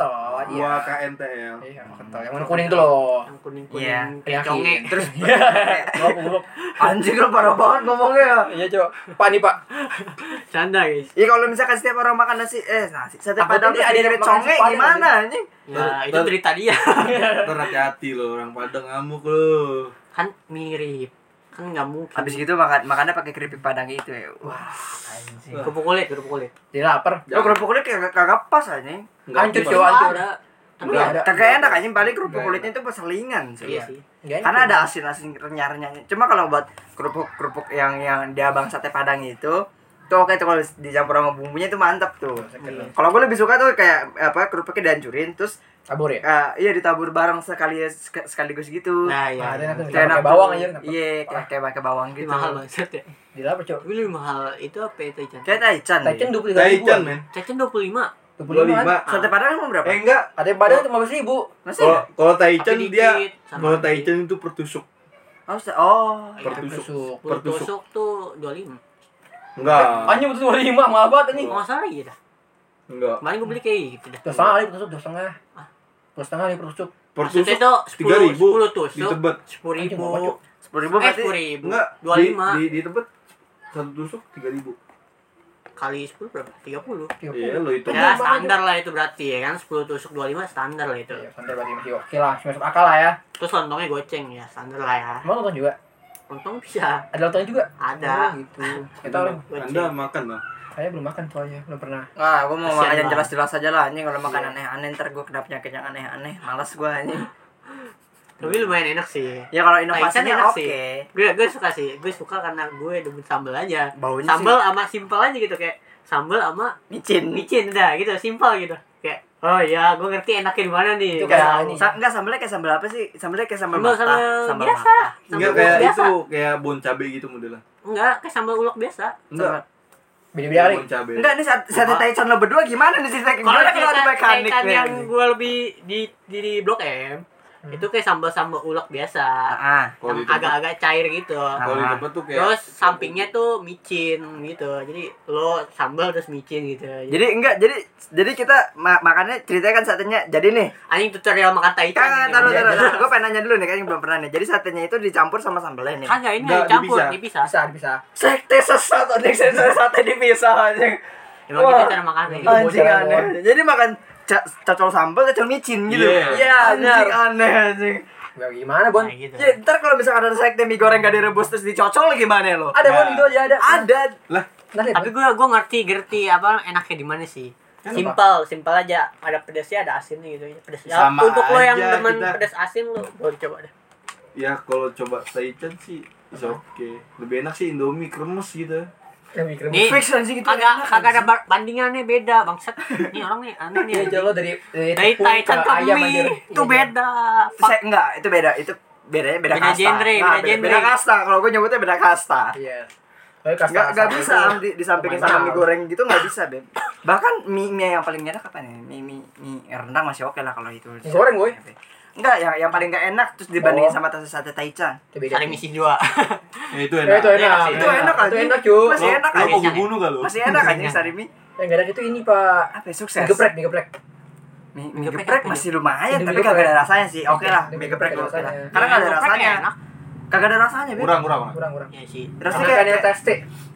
iya. Buah K N T L. Iya, kental. Yang warna kuning itu loh. Yang kuning-kuning Iya. kayak Yakin. conge. Terus Ngop, ngop. anjing lu parah banget ngomongnya ya. Iya, Cok. Pak nih, Pak. Canda, guys. Iya kalau misalkan setiap orang makan nasi eh nasi sate Apa padang tadi terus ada yang dikira makan conge nasi padang, gimana anjing? Ya, Ter- itu ter- cerita dia. Ntar hati-hati lo orang Padang ngamuk lo. Kan mirip. Kan enggak mungkin. Habis gitu makan makannya pakai keripik padang itu ya. Wah, anjing. kerupuk kulit, kerupuk kulit. Jadi lapar. Oh, kerupuk kulit kagak kagak pas anjing. Hancur, Enggak, Cok, hancur. Ada. Tapi Enggak ada. ada. Kagak enak anjing paling kerupuk Nggak kulitnya itu perselingan sih. Iya sih. Nggak enak, Karena Cok. ada asin-asin renyah-renyahnya. Cuma kalau buat kerupuk-kerupuk yang yang di Abang Sate Padang itu tuh oke tuh kalau dicampur sama bumbunya itu mantap tuh. Kalau gue lebih suka tuh kayak apa kerupuknya dihancurin terus Tabur ya? eh, iya ditabur bareng sekali sek- sekaligus gitu. Nah, Nah, iya. ada iya. enak tuh. Kayak Pakai enak bawang tuh. aja. enak. Iya, kayak kayak pakai bawang Ini gitu. mahal banget ya. Di lapar, Cok. Tapi lebih mahal itu apa ya, Taichan? Kayak Taichan. Taichan deh. dua puluh tiga ribu. Taichan men. Taichan dua puluh lima. dua dua puluh lima. Sate Padang emang berapa? Eh enggak. Ada yang padang itu lima belas ribu. Masih? Kalau kalau Taichan Tapi dia dikit, sama kalau dikit. Taichan itu per tusuk. Oh, se- oh. Iya. Per Tusuk. tusuk. Per Per tusuk. tusuk tuh dua puluh lima. Enggak. Hanya betul dua puluh lima, mahal banget ini. Kalau nggak salah iya dah. Enggak. Kemarin gue beli kayak gitu dah. Dua setengah kali per tusuk, dua setengah. Ah. Dua setengah kali per tusuk. Per Maksudnya tusuk tuh tiga sepuluh, ribu. sepuluh tusuk. Di Tebet. Sepuluh ribu. Anjing, berapa, Cok? sepuluh ribu Eh, berarti sepuluh ribu. Enggak. Dua Di lima. di, di Tebet satu tusuk tiga ribu. Kali sepuluh berapa? Tiga puluh. tiga Iya puluh. lo itu. Ya standar lah itu berarti ya kan. Sepuluh tusuk dua puluh lima standar lah itu. Iya, santai berarti masih oke lah, masih masuk akal lah ya. Terus lontongnya goceng ya standar lah ya. Mau nonton juga? Lontong bisa. Ada lontongnya juga? Ada. Oh, gitu. Kita orang, Anda makan loh. saya belum makan soalnya, belum pernah. Wah, gue mau Kasian makan yang banget. jelas-jelas aja lah anjing kalau makan Iya. aneh-aneh ntar gue kena penyakit yang aneh-aneh. Malas gue anjing. Tapi lumayan enak sih. Ya kalau Taichan inovasinya enak oke. sih. Gue gue suka sih. Gue suka karena gue demen sambel aja. Baunya Sambel sih sama simpel aja gitu kayak sambel sama micin. micin dah gitu, simpel gitu. Kayak oh iya, gue ngerti enaknya di mana nih. Itu Nggak kayak tahu. ini. Sa enggak sambelnya kayak sambel apa sih? Sambelnya kayak sambel Sambel mata. sambel Sambel biasa. mata. Sambel Enggak ulek kayak biasa. itu kayak bon cabe gitu modelnya. Enggak, kayak sambal ulek biasa. Enggak. Beda-beda kali. Bon cabe. Enggak nih saat sate Taichan lo berdua gimana nih cerita Kalau gimana kalau ada Taichan- mekanik Taichan nih? yang gue lebih di di, di Blok M Hmm. itu kayak sambal-sambal ulek biasa. Ah, Kalau di Yang tempat- agak-agak cair gitu. Kalau di tempat tuh kayak Terus sampingnya tuh micin gitu. Jadi lo sambal terus micin gitu. jadi enggak jadi jadi kita ma makannya ceritanya kan satenya jadi nih anjing tutorial makan Taichan. kan ini. taruh Iya, taruh iya. gue pengen nanya dulu nih kayaknya belum pernah nih jadi satenya itu dicampur sama sambelnya nih Kagak ini Nggak, campur, dipisah. dipisah. Bisa, bisa. sekte sesat anjing sate sate dipisah anjing Emang Wah. gitu cara makannya gitu. Anjing. anjing bocah, aneh jadi makan ca- cocol sambel cocol micin gitu Iya. iya anjing aneh anjing Ya, gimana, Bon? Nah, gitu. ya, ntar kalau misalkan ada sekte mie goreng gak direbus terus dicocol gimana lo Ada, Bon, Ya. itu aja ada. ada lah Nah, lihat, Tapi gue gue ngerti ngerti apa enaknya di mana sih. Kenapa? Simpel, simpel aja. Ada pedasnya, ada asinnya gitu. Pedas. Ya, Sama untuk lo yang aja demen kita. pedas asin lo boleh coba deh. ya kalau coba Taichan sih is oke. Lebih enak sih Indomie kremes gitu. yang mikir Nih, fix anjing itu Kagak enak, kagak ada anjing. bar- bandingannya beda, bangsat. Nih orang nih aneh nih. Ini lo dari dari Dari tepung Taichan ke ke ayam mie aja. itu Iya, beda. Saya, enggak itu beda itu bedanya beda, Beda kasta genre, Nah, beda genre. beda kasta kalau gue nyebutnya beda kasta Iya. Tapi kasta nggak nggak asal bisa itu Am, di, disampingin lumayan sama mie mahal. goreng gitu nggak bisa beb bahkan mie mie yang paling enak apa nih mie mie mie rendang masih oke lah kalau itu Mie goreng, boy. enggak yang yang paling nggak enak terus dibandingin Oh. sama sate sate Taichan Itu beda. Cari misi dua. Ya itu Ya, enak. itu enak. sih. itu enak Itu aja enak, cuy. masih Lo- enak lo aja mau gue bunuh gak lo? masih enak aja sarimi Yang gak ada itu ini, Pak. apa ya, sukses Mie geprek, mie geprek. mie, Mie mie geprek geprek apa masih lumayan Mie tapi geprek. kagak ada rasanya sih oke lah Mie mie geprek geprek ada oke lah rasanya. karena nggak ada Mie geprek rasanya enak. kagak ada rasanya beb Kurang kurang. Kurang, kurang. Ya sih. Terus Tapi kayak- kan yang testi.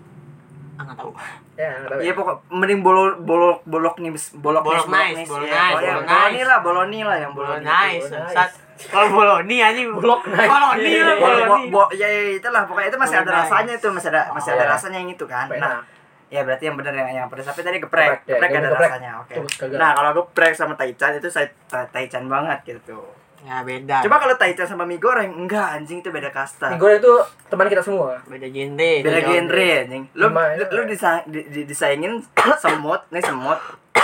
Ah, nggak tahu. Ya, enggak tahu. iya pokok mending bolok bolok bolok nih bolok Bolok nih, nice, nih, bolok ya. nice, Oh, yang bolok boloni nice. lah boloni lah yang Bolon boloni nice, itu. Bolon Sat. Kalau boloni anjing. Blok nice. Boloni Iya, lah, iya, Bo- boloni. bo- bo- ya, ya itulah pokoknya itu masih Bolon ada nice. rasanya itu masih ada masih ada Iya. rasanya yang itu kan Enak. nah ya berarti yang benar yang yang pedas tapi tadi geprek Geprek, ya, geprek yang ada geprek. rasanya oke Tuh, kagak. nah kalau geprek sama Taichan itu saya ta- Taichan banget gitu Ya beda. coba kalau Taichan sama mie goreng enggak anjing itu beda kasta Mie goreng itu teman kita semua. beda genre. beda genre anjing lu Cuma lu, itu- lu disa, di, di- disaingin semut nih semut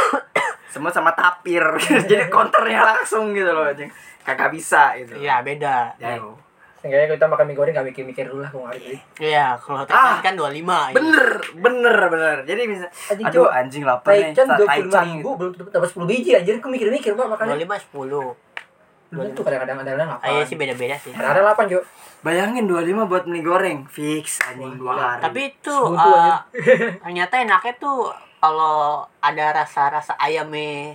semut sama tapir jadi counternya langsung gitu loh anjing kagak bisa gitu Iya, beda. Jauh. Seenggaknya kita makan mie goreng gak mikir-mikir dulu lah kalau nggak beli. Iya, kalau Ah. Taichan kan dua puluh lima. ya. bener bener bener jadi bisa Anjing, aduh Cok. anjing lapar nih Taichan Sa- dua puluh lima Taichan ribu gitu. belum dapat sepuluh biji anjir. Aku mikir-mikir, Pak, dua makannya. puluh lima sepuluh. Belum tentu kadang-kadang ada yang Ah, delapan. iya sih beda-beda sih. Kadang-kadang delapan, Cuk. bayangin dua puluh lima buat mie goreng fix anjing dua hari Tapi itu Sekutu uh, aja. ternyata enaknya tuh kalau ada rasa-rasa ayamnya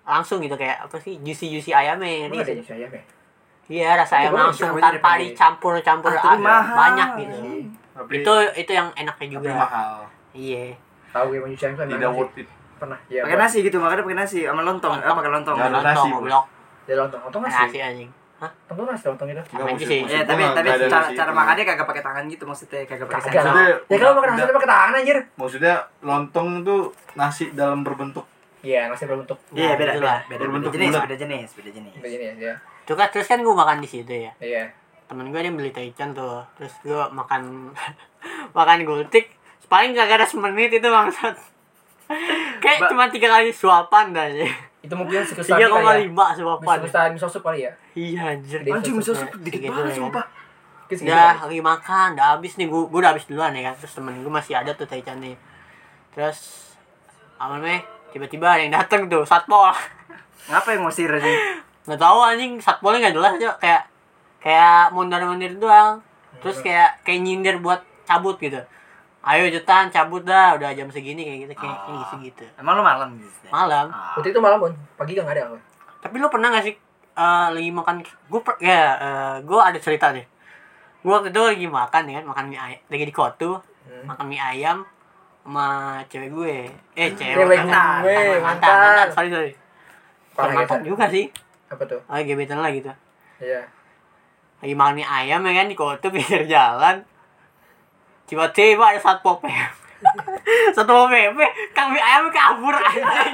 langsung gitu kayak apa sih juicy juicy ayamnya Emang ada gitu. juice ayam ya? Iya rasa ayam Gua langsung bisa tanpa aja dicampur-campur Ah, tapi ada- mahal. banyak gitu. Tapi Itu itu yang enaknya tapi juga. mahal. Iya. Tahu gue mau juice ayam kan? Tidak worth it. Pernah. Iya. Pakai nasi gitu, makanya pakai nasi sama lontong, ah pakai lontong. Nggak ada Lontong, nasi, Bos. goblok. Ya lontong, lontong Nasi nasi. anjing. Hah? Lontong nasi, lontong itu. Sama Nggak, aja maksud- sih. maksud Ya, gua tapi nggak- tapi nggak ada cara nasi cara itu. makannya kagak pakai tangan gitu maksudnya, kagak pakai Kagak. sensor. Maksudnya- Ya kalau makan nasi udah- pakai tangan anjir. Maksudnya lontong tuh nasi dalam berbentuk Iya, nasi berbentuk. Iya, beda gitu beda lah. beda, beda Berbentuk jenis, bulat. beda jenis, beda jenis. Begini ya. Tuh kan terus kan gue makan di situ ya. Iya. Temen gue dia beli taichan tuh. Terus gue makan makan gultik. Paling gak ada semenit itu bangsat. Kayak Ba- cuma tiga kali suapan dah ya. Itu mungkin sekitar Tiga koma lima suapan. Sekitar miso soup kali ya. Iya anjir. Gede. Anjing miso Sesuatu. sup dikit Segitu banget ya. sumpah. Mungkin segitu Udah kali. lagi makan, udah habis nih, gue gue udah habis duluan ya kan. Terus temen gue masih ada tuh taichan nih. Terus apa namanya? Tiba-tiba ada yang dateng tuh, satpol. Ngapa yang ngusir aja? Nggak tahu anjing, satpolnya nggak jelas aja, kayak kayak mondar-mandir doang. Terus kayak kayak nyindir buat cabut gitu. Ayo cetan cabut dah, udah jam segini kayak gitu kayak ini segitu. Emang lu malam gitu? Malam. Ah. Waktu itu malam pun, pagi gak ada apa. Tapi lo pernah gak sih eh, lagi makan gue per, ya eh, gue ada cerita deh. Gue waktu itu lagi makan ya kan, makan mie ayam, lagi di Kotu, Hmm. makan mie ayam sama cewek gue. Eh cewek Cewek mantan, gue, mantan, mantan. mantan, sorry sorry. Bukan Parah mantan gitu. juga sih. Apa tuh? Oh gebetan lah gitu. Iya. Lagi makan mie ayam ya kan di Kotu pinggir jalan. Tiba-tiba ada satpol P P. Satpol P P, kang mie ayam kabur anjing.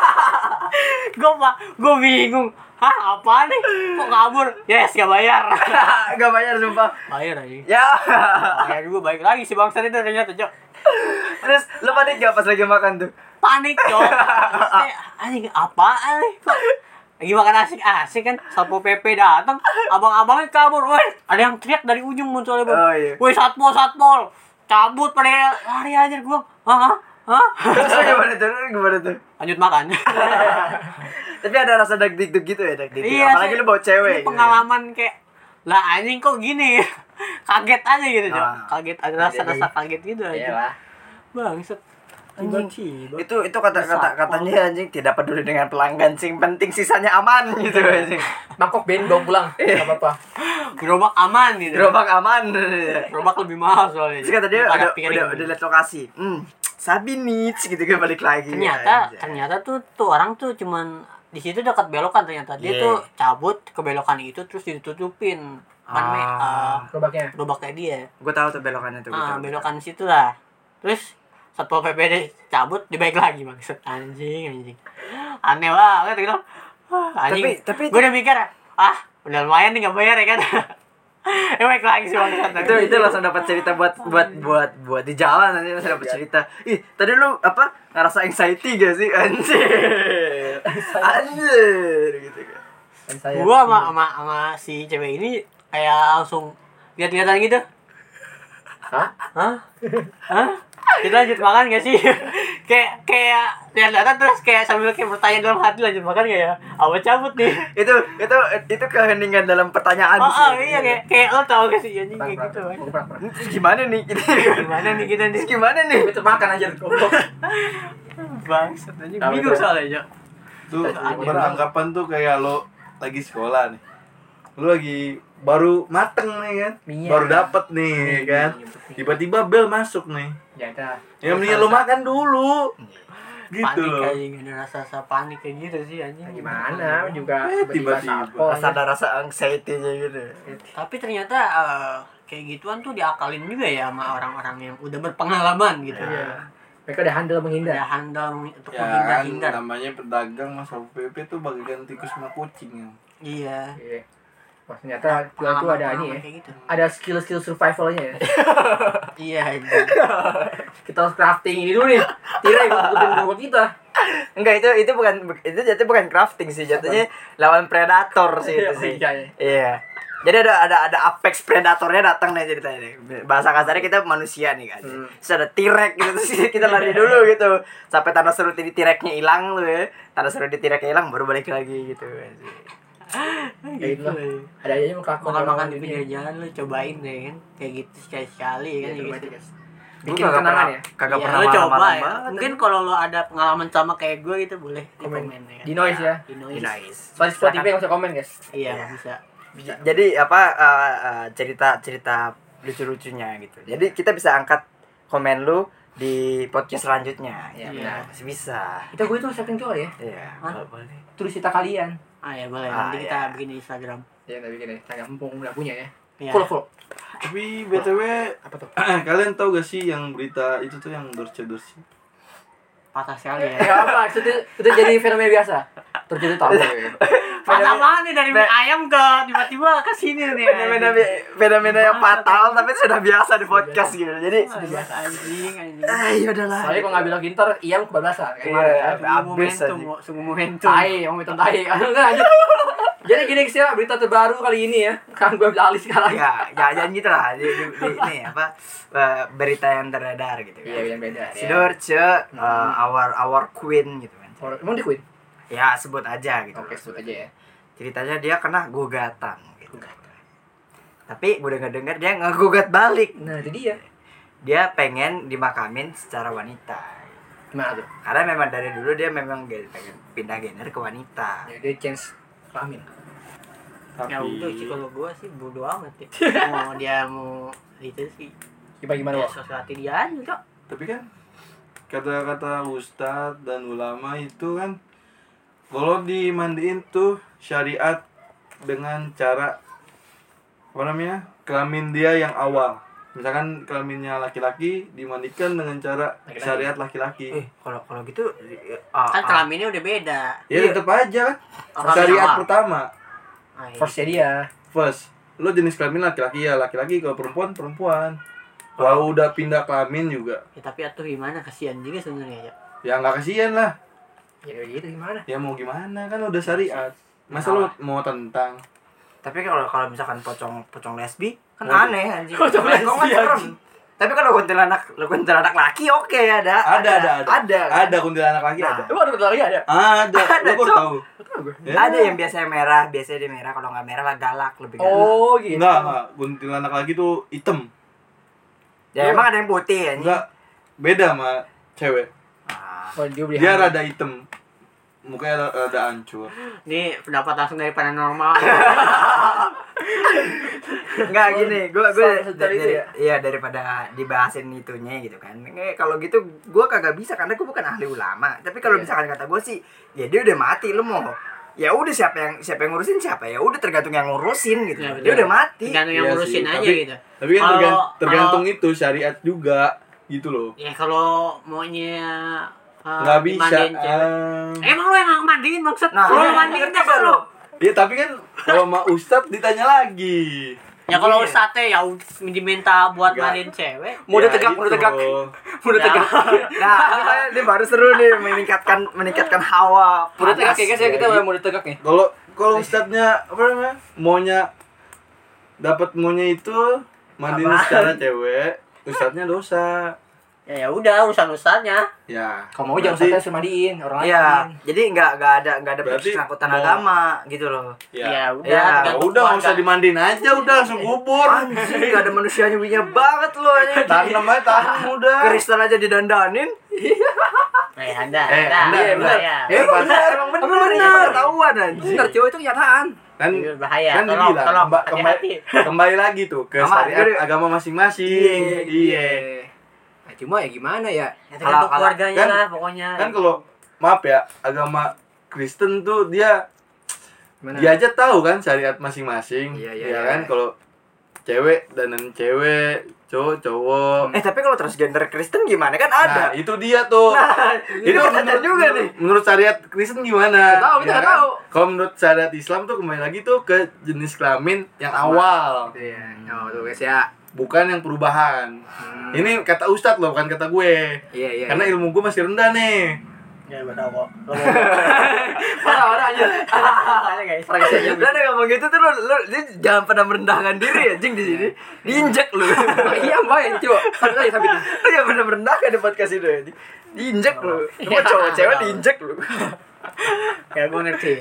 Gue pak, gue bingung. Hah, apa nih? Kok kabur? Yes, gak bayar. Gak bayar sumpah. Bayar aja. Ya. Bayar gue baik lagi si bangsat itu ternyata, Cok. Terus lu panik gak pas lagi makan tuh? Panik, Cok. Maksudnya, anjing apaan nih? Kok lagi makan asik-asik kan, Satpol P P datang, abang-abangnya kabur. Woi, ada yang teriak dari ujung munculnya, Bang. Oh, iya. Woi, Satpol, Satpol. Cabut pada lari aja gua. Hah? Hah? Terus lu gimana tuh? Lu gimana tuh? Lanjut makan. Tapi ada rasa dak-dik gitu ya, dak-dik. Iya, Apalagi saya- lu bawa cewek. Ini gitu. pengalaman kayak lah anjing kok gini. Kaget aja gitu, Cok. Ah. Kaget ada rasa-rasa kaget gitu aja. Iyalah. Bangsat. Anjing. Tiba-tiba. Itu itu kata-kata katanya anjing tidak peduli dengan pelanggan, sing penting sisanya aman gitu anjing. Mangkok Ben bawa pulang. Enggak apa-apa. Gerobak aman gitu. Gerobak aman. Gerobak lebih mahal soalnya. Terus kata dia Daripada udah, piring. udah udah lihat lokasi. Hmm, sabi nih gitu kan balik lagi. Ternyata Anjay. ternyata tuh tuh orang tuh cuman di situ dekat belokan ternyata. Dia Yeah. tuh cabut ke belokan itu terus ditutupin. Apa namanya? Ah. eh, Gerobaknya. gerobaknya dia. Gue tahu tuh belokannya tuh. gua Ah, tahu. belokan situ lah. Terus Satpol P P deh cabut dibaik lagi maksud anjing anjing. Aneh banget gitu. Ah, anjing. Tapi- tapi gue udah mikir ah udah lumayan nih nggak bayar ya kan. Eh baik lagi sih bangsat. itu itu langsung dapat cerita buat buat buat buat di jalan nanti langsung dapat cerita. Ih, tadi lu apa ngerasa anxiety gak sih? Anjir. Anjir gitu kan. Dan saya. Gua sama, sama sama si cewek ini kayak langsung lihat-lihatan gitu. Hah? Hah? Hah? Kita lanjut makan gak sih? kayak kayak lihat-lihatan terus kayak sambil kayak bertanya dalam hati lanjut makan gak ya? Apa cabut nih? Itu itu itu keheningan dalam pertanyaan Oh, sih. oh iya kayak kayak lo tau gak sih anjing Pernah, kayak gitu. pernah. kan. Pernah, pernah. Terus gimana nih kita? Gimana nih kita nih? Terus gimana nih? Itu makan aja goblok. Bangsat anjing Tahu bingung itu. soalnya, Jok. Tuh Anjing. beranggapan tuh kayak lo lagi sekolah nih. Lo lagi baru mateng nih kan. Iya. Baru dapet nih Iya, kan. iya, betul. Tiba-tiba bel masuk nih. Ya dah. Ya mendingan lo makan dulu. Gitu Panik loh. anjing, ada rasa-rasa panik kayak gitu sih anjing. Gimana juga Eh, tiba-tiba. satpol. Rasa ada rasa anxiety-nya gitu. Tapi ternyata eh, kayak gituan tuh diakalin juga ya sama orang-orang yang udah berpengalaman gitu. Iya. Mereka udah handal menghindar. Ya handal untuk Ya kan menghindar-hindar. namanya pedagang mas Satpol P P tuh bagikan tikus sama kucing ya. Iya. Iya. Wah, ternyata jual itu ada ini ya. Kayak gitu. Ada skill-skill survivalnya ya. Iya anjing. Kita harus crafting ini dulu nih. Tirai ikutin buat kita. Enggak, itu itu bukan itu jatuh bukan crafting sih, jatuhnya lawan predator sih itu sih. Iya, iya. Iya. Jadi ada ada ada apex predatornya datang nih ceritanya nih. Bahasa kasarnya kita manusia nih kan. Hmm. Terus ada T-Rex gitu terus kita lari dulu gitu. Sampai tanda seru di T-Rex-nya hilang tuh ya. Tanda seru di T-Rex-nya hilang baru balik lagi gitu. Ya itu lah. Ada aja mau kelakuan Makan-makan orang di dunia. pinggir jalan lu cobain deh kan. Kayak gitu sekali-sekali kan Iya, gitu. coba aja, guys. Bikin Gua kagak kenangan pernah- ya. Kagak Iya, pernah lu coba malam-malam ya. banget. Mungkin kalau lo ada pengalaman sama kayak gue gitu boleh di Komen. komen ya. Di noise ya. Di Di noise. nice. Soal Spotify nggak usah komen guys. Iya, Iya. bisa. J- Jadi apa uh, uh, cerita-cerita lucu-lucunya gitu. Jadi kita bisa angkat komen lu di podcast selanjutnya. Ya, Iya. benar. Masih bisa. Kita gue tuh setting juga ya. Iya, Hah? kalau boleh. Tulis cerita kalian. Ah ya boleh. Ah, Nanti iya. kita bikin di Instagram. Ya tapi gini, tanya mumpung udah punya ya. Iya. Follow follow. Tapi B T W Apa tuh? kalian tahu gak sih yang berita itu tuh yang dorce-dorce? Patah sekali ya. Ya apa? Itu itu jadi fenomena biasa. Terjadi tahu. Patah banget nih dari mie ayam ke tiba-tiba ke sini nih. Fenomena fenomena yang fatal tapi sudah biasa di podcast gitu. Jadi Sudah biasa anjing anjing. ah ya udahlah. Soalnya kalau nggak bilang gintar, iya kebablasan. Kayak Iya. kemarin kan. Sungguh Abis momentum, aja. Mo. sungguh momentum. Tai, mau minta tai. Enggak aja. Jadi gini guys ya, berita terbaru kali ini ya. Kan gue ambil alih sekarang. Ya, jangan gitu lah. Di, di, di, ini apa eh, berita yang teredar gitu kan. Iya, yang beda. Si Dorce, eh, our our queen gitu kan. Oh, emang di Queen? Ya sebut aja gitu. Oke, sebut aja ya. Ceritanya dia kena gugatan gitu. Tapi gue denger-denger dia ngegugat balik. Nah, itu dia. Dia pengen dimakamin secara wanita. Gimana tuh? Karena memang dari dulu dia memang ge- pengen pindah gender ke wanita. Ya, dia change kelamin. Ya udah sih kalau gue sih bodo amat ya. Mau dia mau itu sih. Gimana gimana, Ya Wak? sesuatu hati dia aja, Cok. Tapi kan kata-kata ustadz dan ulama itu kan kalau dimandiin tuh syariat dengan cara apa namanya kelamin dia yang awal. Misalkan kelaminnya laki-laki dimandikan dengan cara Laki-laki. syariat laki-laki. Eh, kalau kalau gitu eh, ah, Kan ah, kelaminnya udah beda. Ya iya. tetap aja kan. Orang Syariat sama. pertama. Ah, iya. First dia. First, lo jenis kelamin laki-laki ya laki-laki, kalau perempuan perempuan. Kalau udah pindah kelamin juga, Ya tapi atuh gimana kasihan juga sebenarnya ya. ya nggak kasihan lah. Ya gitu gimana? Ya mau gimana kan udah syariat. Masa lo mau tentang? tapi kalau kalau misalkan pocong pocong lesbi kan Waduh. aneh anjing. Pocong Kok kan lesbi, serem. anjing. Tapi kalau kuntilanak, lo kuntilanak laki oke ada. Ada ada ada. Ada. kan? Ada kuntilanak lagi Nah. ada. Emang ada bentar lagi ada? Ada. Ada, Lo baru Cok. tahu? Ya. Ada yang biasanya merah, biasanya dia merah, kalau nggak merah lah galak, lebih galak. Oh, gitu. Enggak, enggak. Kuntilanak lagi tuh hitam. Ya emang ada yang putih anjing. Enggak. Beda sama cewek. Ah, Oh, dia beli Dia hamil. rada hitam. Mukanya rada, rada hancur. Ini pendapat langsung dari paranormal. Enggak gini, gua gua Soal dari, itu ya? iya daripada dibahasin itunya gitu kan. Eh, kalau gitu gua kagak bisa karena gua bukan ahli ulama. Tapi kalau Iya. misalkan kata gua sih, ya dia udah mati, lu mau ya udah siapa yang siapa yang ngurusin siapa ya udah tergantung yang ngurusin gitu. Ya, Dia betul. udah mati. Tergantung yang Iya ngurusin sih, aja tapi- gitu. Tapi kan Kalau- tergan- tergantung kalau- itu syariat juga gitu loh. Ya kalau maunya uh, Nggak bisa. dimandiin cewek. ah. Emang lo yang mandiin maksud? Nah, Kalau iya, lo mandiin ngerti kan gak lo. lu? Iya tapi kan kalau sama Ustadz ditanya lagi. Ya kalau Iya. ustadznya ya diminta buat Nggak. mandiin cewek. Mudah Ya, tegak, gitu. mudah tegak. Mudah Ya. tegak. Nah, ini kayak ini baru seru nih meningkatkan meningkatkan hawa. Mudah tegak panas. ya guys ya, kita mau mudah tegak nih. Kalau kalau Ustadznya apa namanya? Maunya dapat maunya itu mandiin Apaan? secara cewek, Ustadznya dosa. Ya ya udah urusan ustadznya. Ya. Kalau mau jangan berarti- sampai semandiin orang lain. Iya, jadi nggak nggak ada nggak ada Berarti persangkutan mau- agama gitu loh. Ya. Ya udah. Ya, Ya tergantung udah nggak keluarga. usah dimandiin aja, udah langsung kubur. Anjing, nggak ada manusianya punya banget loh anjing. Tanam aja tanam udah. Kristen aja didandanin. Eh anda, Eh, anda, Anda, iya, benar. bahaya. Eh, bener, emang bener, Emang bener. ya, ketahuan anjing. Bener, cewek itu kenyataan. Kan Iya, bahaya. kan Tolong, dibilang tolong, kemba- kembali, hati-hati. kembali lagi tuh ke Sama, syariat jadi- agama masing-masing. Iya. Nah, cuma ya gimana ya? Ya, tergantung Kalau- keluarganya kan- lah pokoknya. Kan kalau maaf ya, agama Kristen tuh dia Gimana? dia aja tahu kan syariat masing-masing. Iya, iya, ya iya. kan kalau cewek dan cewek, cowok cowok. Eh, tapi kalau transgender Kristen gimana? Kan ada. Nah, itu dia tuh. Nah, ini pertanyaan juga nih. Menurut syariat Kristen gimana? Nggak tahu, kita Ya nggak kan? tahu. Kalau menurut syariat Islam tuh kembali lagi tuh ke jenis kelamin yang awal, Iya, oh, tuh guys ya. bukan yang perubahan. Ini kata Ustadz loh, bukan kata gue. Iya, iya. Karena ilmu gue masih rendah nih. Ya gue tahu kok. Lo parah parah aja. Makanya guys. Parah guys aja. Lu udah ngomong gitu tuh lu, lu lu jangan pernah merendahkan diri anjing di sini. Diinjek lu. Iya, Mbak, ya, coba. Sampai aja sampai itu. Lu jangan pernah merendahkan di podcast itu anjing. Diinjek lu. Cuma cowok cewek diinjek lu. Ya gue ngerti.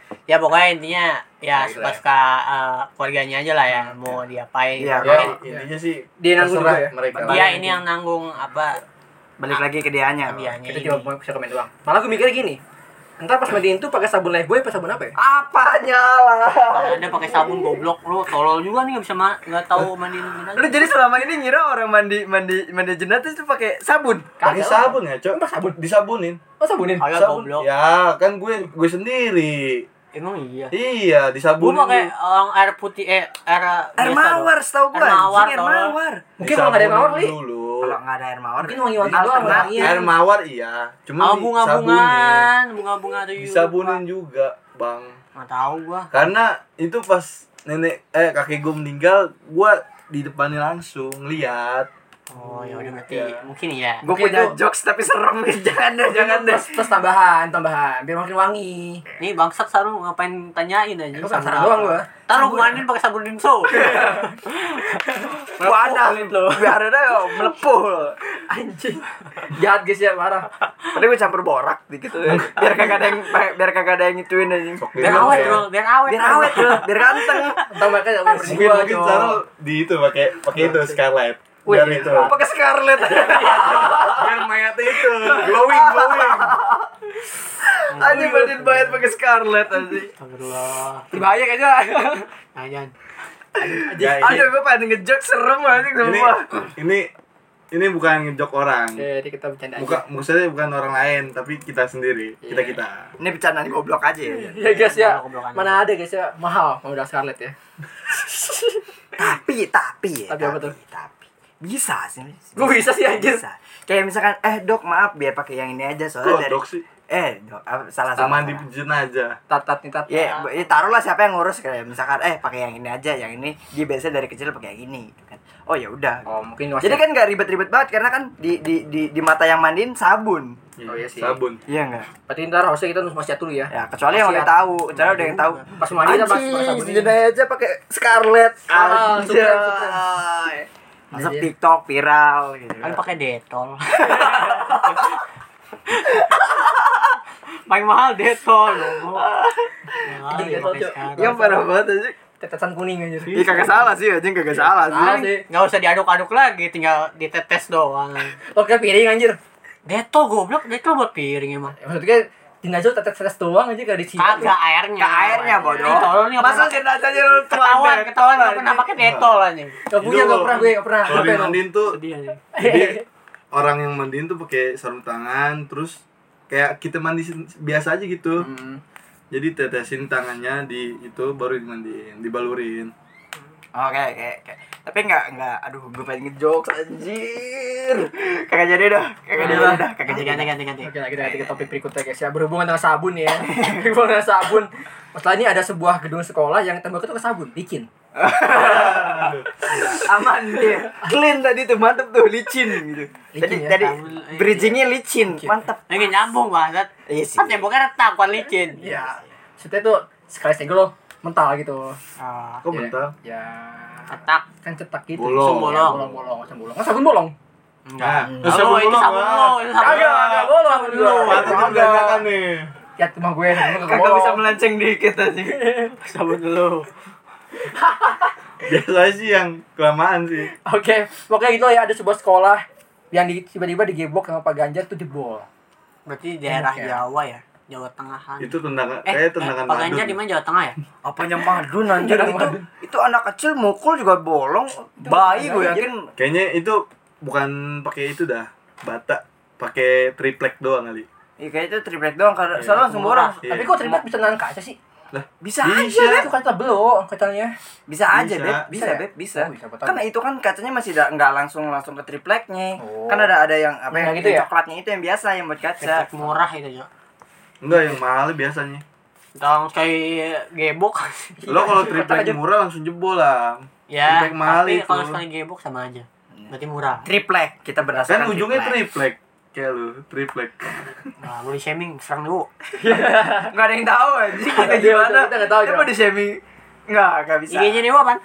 Ya pokoknya intinya ya Nah, gitu suka-suka uh, keluarganya aja lah ya, mau diapain. Iya, Ya, kalau- intinya sih Dia nanggung terserah juga ya? mereka. Dia ini yang nanggung apa Balik lagi ke dianya. dianya Kita ini. cuma bisa komen doang. Malah gue mikirnya gini. Ntar pas mandiin tuh pakai sabun Lifebuoy apa sabun apa ya? Apanya lah? Ada pakai sabun goblok lu, tolol juga nih enggak bisa ma- enggak tahu mandiin jenazah. Lu jadi selama ini ngira orang mandi mandi mandi jenazah itu pakai sabun. Pakai Kagak sabun ya, Cok. Emang sabun? Disabunin. Oh sabunin? Agak Sabun. goblok. Ya, kan gue gue sendiri. Emang iya. Iya, Gua disabunin. pakai um, air putih eh air Air biasa mawar, dong. setahu gua. Air mawar, anjing, air tolong. mawar. Mungkin kalau nggak ada mawar, Li. dulu. Kalau nggak ada air mawar, Mungkin wangi-wangi doang, alternatif. wangi. Air mawar iya, cuma Oh, disabunin. bunga-bungaan, bunga-bunga tuh. Disabunin juga, Bang. Enggak tahu gua. Karena itu pas nenek eh kakek gue meninggal, gua di depannya langsung lihat. Oh, ya udah berarti Ya. mungkin ya. Gue Mungkin punya tuh- jokes tapi serem. Jangan deh, jangan deh. Plus, plus tambahan, tambahan. Biar makin wangi. Nih bangsat Saru ngapain tanyain aja. Gua penasaran doang gua. Taruh mandiin pakai sabun Dinso. Wadah, biar ada yo melepuh. Anjing. Jahat guys ya, parah. Tadi gue campur borak dikit tuh. Biar kagak ada yang biar kagak ada yang ngituin anjing. Biar awet, Bro. Biar awet. Biar awet tuh, biar ganteng. Entah mereka yang Mungkin berdua, mungkin Cok. Sarul di itu pakai pakai itu Scarlet. Wih, Biar itu. Pakai scarlet. Biar mayatnya itu glowing glowing. Anjing bandit banget pakai scarlet anjing. Astagfirullah. Bahaya kayaknya. Jangan. Ya, ini, Aduh, gue pengen ngejok serem anjing ini semua. ini ini bukan ngejok orang. Jadi kita bercanda aja. Bukan maksudnya bukan orang lain, tapi kita sendiri, kita kita. Ini bercandaan goblok aja ya. Ya guys ya. Goblok-goblokan. Mana ada guys ya, mahal modal Scarlet ya. Tapi, tapi ya. Tapi apa tuh? Tapi. Bisa sih. Gua bisa sih, anjir. Bisa. Kayak misalkan, eh dok maaf biar pakai yang ini aja soalnya Kok dari. dok sih? Eh dok, apa- salah Sama salah. di jenazah. Tat-tat nih tat. Ya, ya taruhlah siapa yang ngurus kayak misalkan eh pakai yang ini aja, yang ini dia biasa dari kecil pakai yang ini gitu kan. Oh ya udah. Oh, mungkin Jadi kan nggak ribet-ribet banget karena kan di di di, di mata yang mandiin sabun. Oh, iya sih. Sabun. Iya enggak? berarti ntar harusnya kita harus masih dulu ya. Ya, kecuali yang udah Wasiat. tahu, kecuali udah yang tahu. Pas mandi kita pas pakai Anjing, sabun ini. jenazah aja pakai scarlet. Ah, Anjay. super, super. Masuk Anjir. TikTok viral gitu. Kan pakai detol. Paling mahal detol. Anjing, Detol, Cok. Yang parah banget aja. Tetesan kuning aja. Ih kagak salah sih, anjing kagak salah Salah sih. sih. Enggak usah diaduk-aduk lagi, tinggal ditetes doang. Oke, piring anjir. Detol goblok, detol buat piring emang. Ya, maksudnya jenazah tetes-tetes doang aja gak disikat. Kagak airnya. Ke airnya bodoh. Ih, tolol nih. Masa Masa jenazahnya lu ketahuan, ketahuan enggak pernah pakai detol anjing. Gak punya, gak pernah gue, gak pernah. Kalau Apa emang? dimandiin tuh Sedih anjing. jadi orang yang mandiin tuh pakai sarung tangan, terus kayak kita mandi sen- biasa aja gitu. Hmm. Jadi tetesin tangannya di itu baru dimandiin, dibalurin. Oke, oke, oke. Tapi enggak enggak aduh gue pengen ngejokes anjir. Kagak jadi dah. Kagak jadi Ah. dah. Kagak Ganti jadi. ganti ganti ganti. Oke, kita ganti ke topik berikutnya guys ya. Berhubungan dengan sabun ya. Berhubungan dengan sabun. Masalah ini ada sebuah gedung sekolah yang tembok itu ke sabun, licin. Aman dia. Clean tadi tuh, mantep tuh, licin gitu. Tadi Licin ya? tadi Sabun, eh, bridgingnya licin, mantep. Ini nyambung banget. Iya sih. Kan temboknya retak, bukan licin. Iya. Maksudnya tuh sekali segel mental gitu. Ah, Kok Ya. bentar? Ya. retak. Kan cetak gitu. Bolong. Bolong. Bolong, bolong, macam bolong. Kan sabun bolong. Enggak. Nah, Halo, itu bolong, sabun Wak. lo, itu sabun. Kagak, kagak bolong. Sabun lo. Patut Kagak. dibedakan nih. Ya rumah gue sabun kagak Kagak bolong. bisa melenceng dikit aja. Sabun lo. Biasanya sih yang kelamaan sih. Oke, pokoknya gitu ya, ada sebuah sekolah yang di, tiba-tiba digebok sama Pak Ganjar tuh jebol. Berarti daerah Enak ya. Jawa ya, Jawa Tengahan. Itu tendangan eh, kayak tendangan eh, Pak Ganjar madun. di mana Jawa Tengah ya? Apanya madun anjir Tendangan itu? madun. Itu anak kecil mukul juga bolong. Bayi gue yakin. Kayaknya itu bukan pakai itu dah, bata, pakai triplek doang kali. Iya kayak itu triplek doang karena Iya. soalnya langsung borong. Iya. Tapi kok triplek bisa nahan kaca sih? Lah, Bisa Bisa. aja, Itu kaca belok kacanya. bisa aja, Bisa. Beb. Bisa, Bisa ya? Beb, bisa. Oh, bisa, betul. Kan itu kan kacanya masih da- nggak langsung langsung ke tripleknya. Oh. Kan ada ada yang apa Yang yang, gitu yang ya? coklatnya itu yang biasa yang buat kaca. Cetak murah itu, Jo. enggak yang mahal biasanya. Tolong sekali gebok. Lo kalau Iya, triplek aja. murah langsung jebol lah. Ya, Triplek mahal tapi itu. kalau sekali gebok sama aja. Berarti murah. Triplek kita Kan berdasarkan ujungnya triplek. Kayak lu, triplek. Nah, boleh shaming, serang dulu. Nggak ada yang tahu anjing kita Iya, gimana. kita nggak tahu, Kita Jo. mau di shaming. Nggak, nggak bisa. I G-nya Dewa, Pan.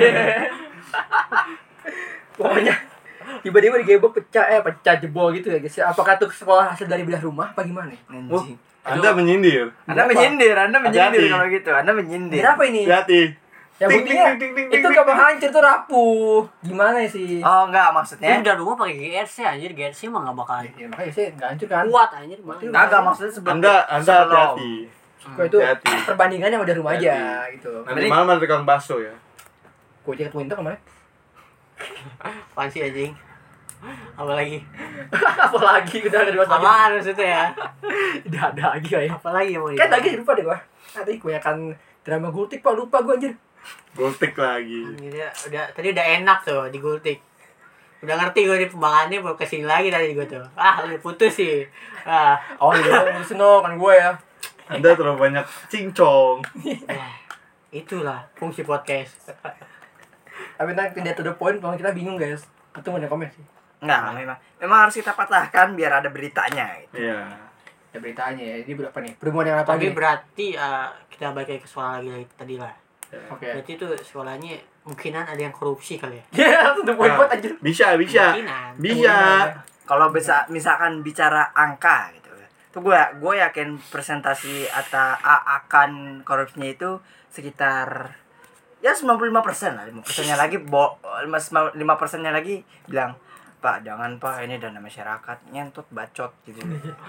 Pokoknya tiba-tiba digebok pecah eh pecah jebol gitu ya guys. ya. Apakah tuh sekolah hasil dari belah rumah apa gimana? Wah, Anjing. Anda menyindir. Anda Kenapa? menyindir, Anda menyindir Hati-hati. kalau gitu. Anda menyindir. Kenapa ini? Hati. Ya Ting, buktinya ting, ting, ting, ting, itu ting, gampang ting. hancur tuh rapuh. Gimana sih? Oh, enggak Ini maksudnya. udah rumah pakai G R C anjir, G R C mah enggak bakal Ya, makanya sih nggak hancur kan? kuat anjir mah. Enggak maksudnya sebelum Anda Anda sebelum. hati-hati. Kok itu Hati-hati. perbandingannya udah rumah aja Hati. gitu. Nanti malam ada tukang bakso ya. Gue aja ketemuin itu kemarin. Apaan sih anjing? Apa lagi? Apalagi udah ada dua lagi. Apaan maksudnya ya? Udah ada lagi kayaknya. Apa lagi yang mau Kan dibahas? lagi lupa deh gua. Tadi kebanyakan drama gultik pak lupa gua anjir. Gultik lagi. Anjir, ya, udah tadi udah enak tuh di gultik. Udah ngerti gue di pembangannya baru kesini lagi tadi gue tuh. Ah, lu putus sih. Ah, Oh iya, ngurusin dong kan gue ya. Anda terlalu banyak cincong. ya, itulah fungsi podcast. Tapi nanti tidak to the point, kalau kita bingung guys. Itu ada komen sih. Enggak, memang memang harus kita patahkan biar ada beritanya gitu. Iya. Ya beritanya ya. Ini berapa nih? Berhubungan dengan apa Tapi nih? berarti uh, kita balik lagi ke soal lagi, lagi tadi lah. Oke. Berarti itu sekolahnya mungkinan ada yang korupsi kali ya. Ya, to the point Nah, buat anjir. bisa, bisa. Mungkinan. Bisa. Kalau bisa misalkan bicara angka gitu. Tuh gue gue yakin presentasi atau a- akan korupsinya itu sekitar ya sembilan puluh lima persen lah. lima persennya lagi bo lima persennya lagi bilang, "Pak, jangan Pak, ini dana masyarakat, nyentot bacot gitu."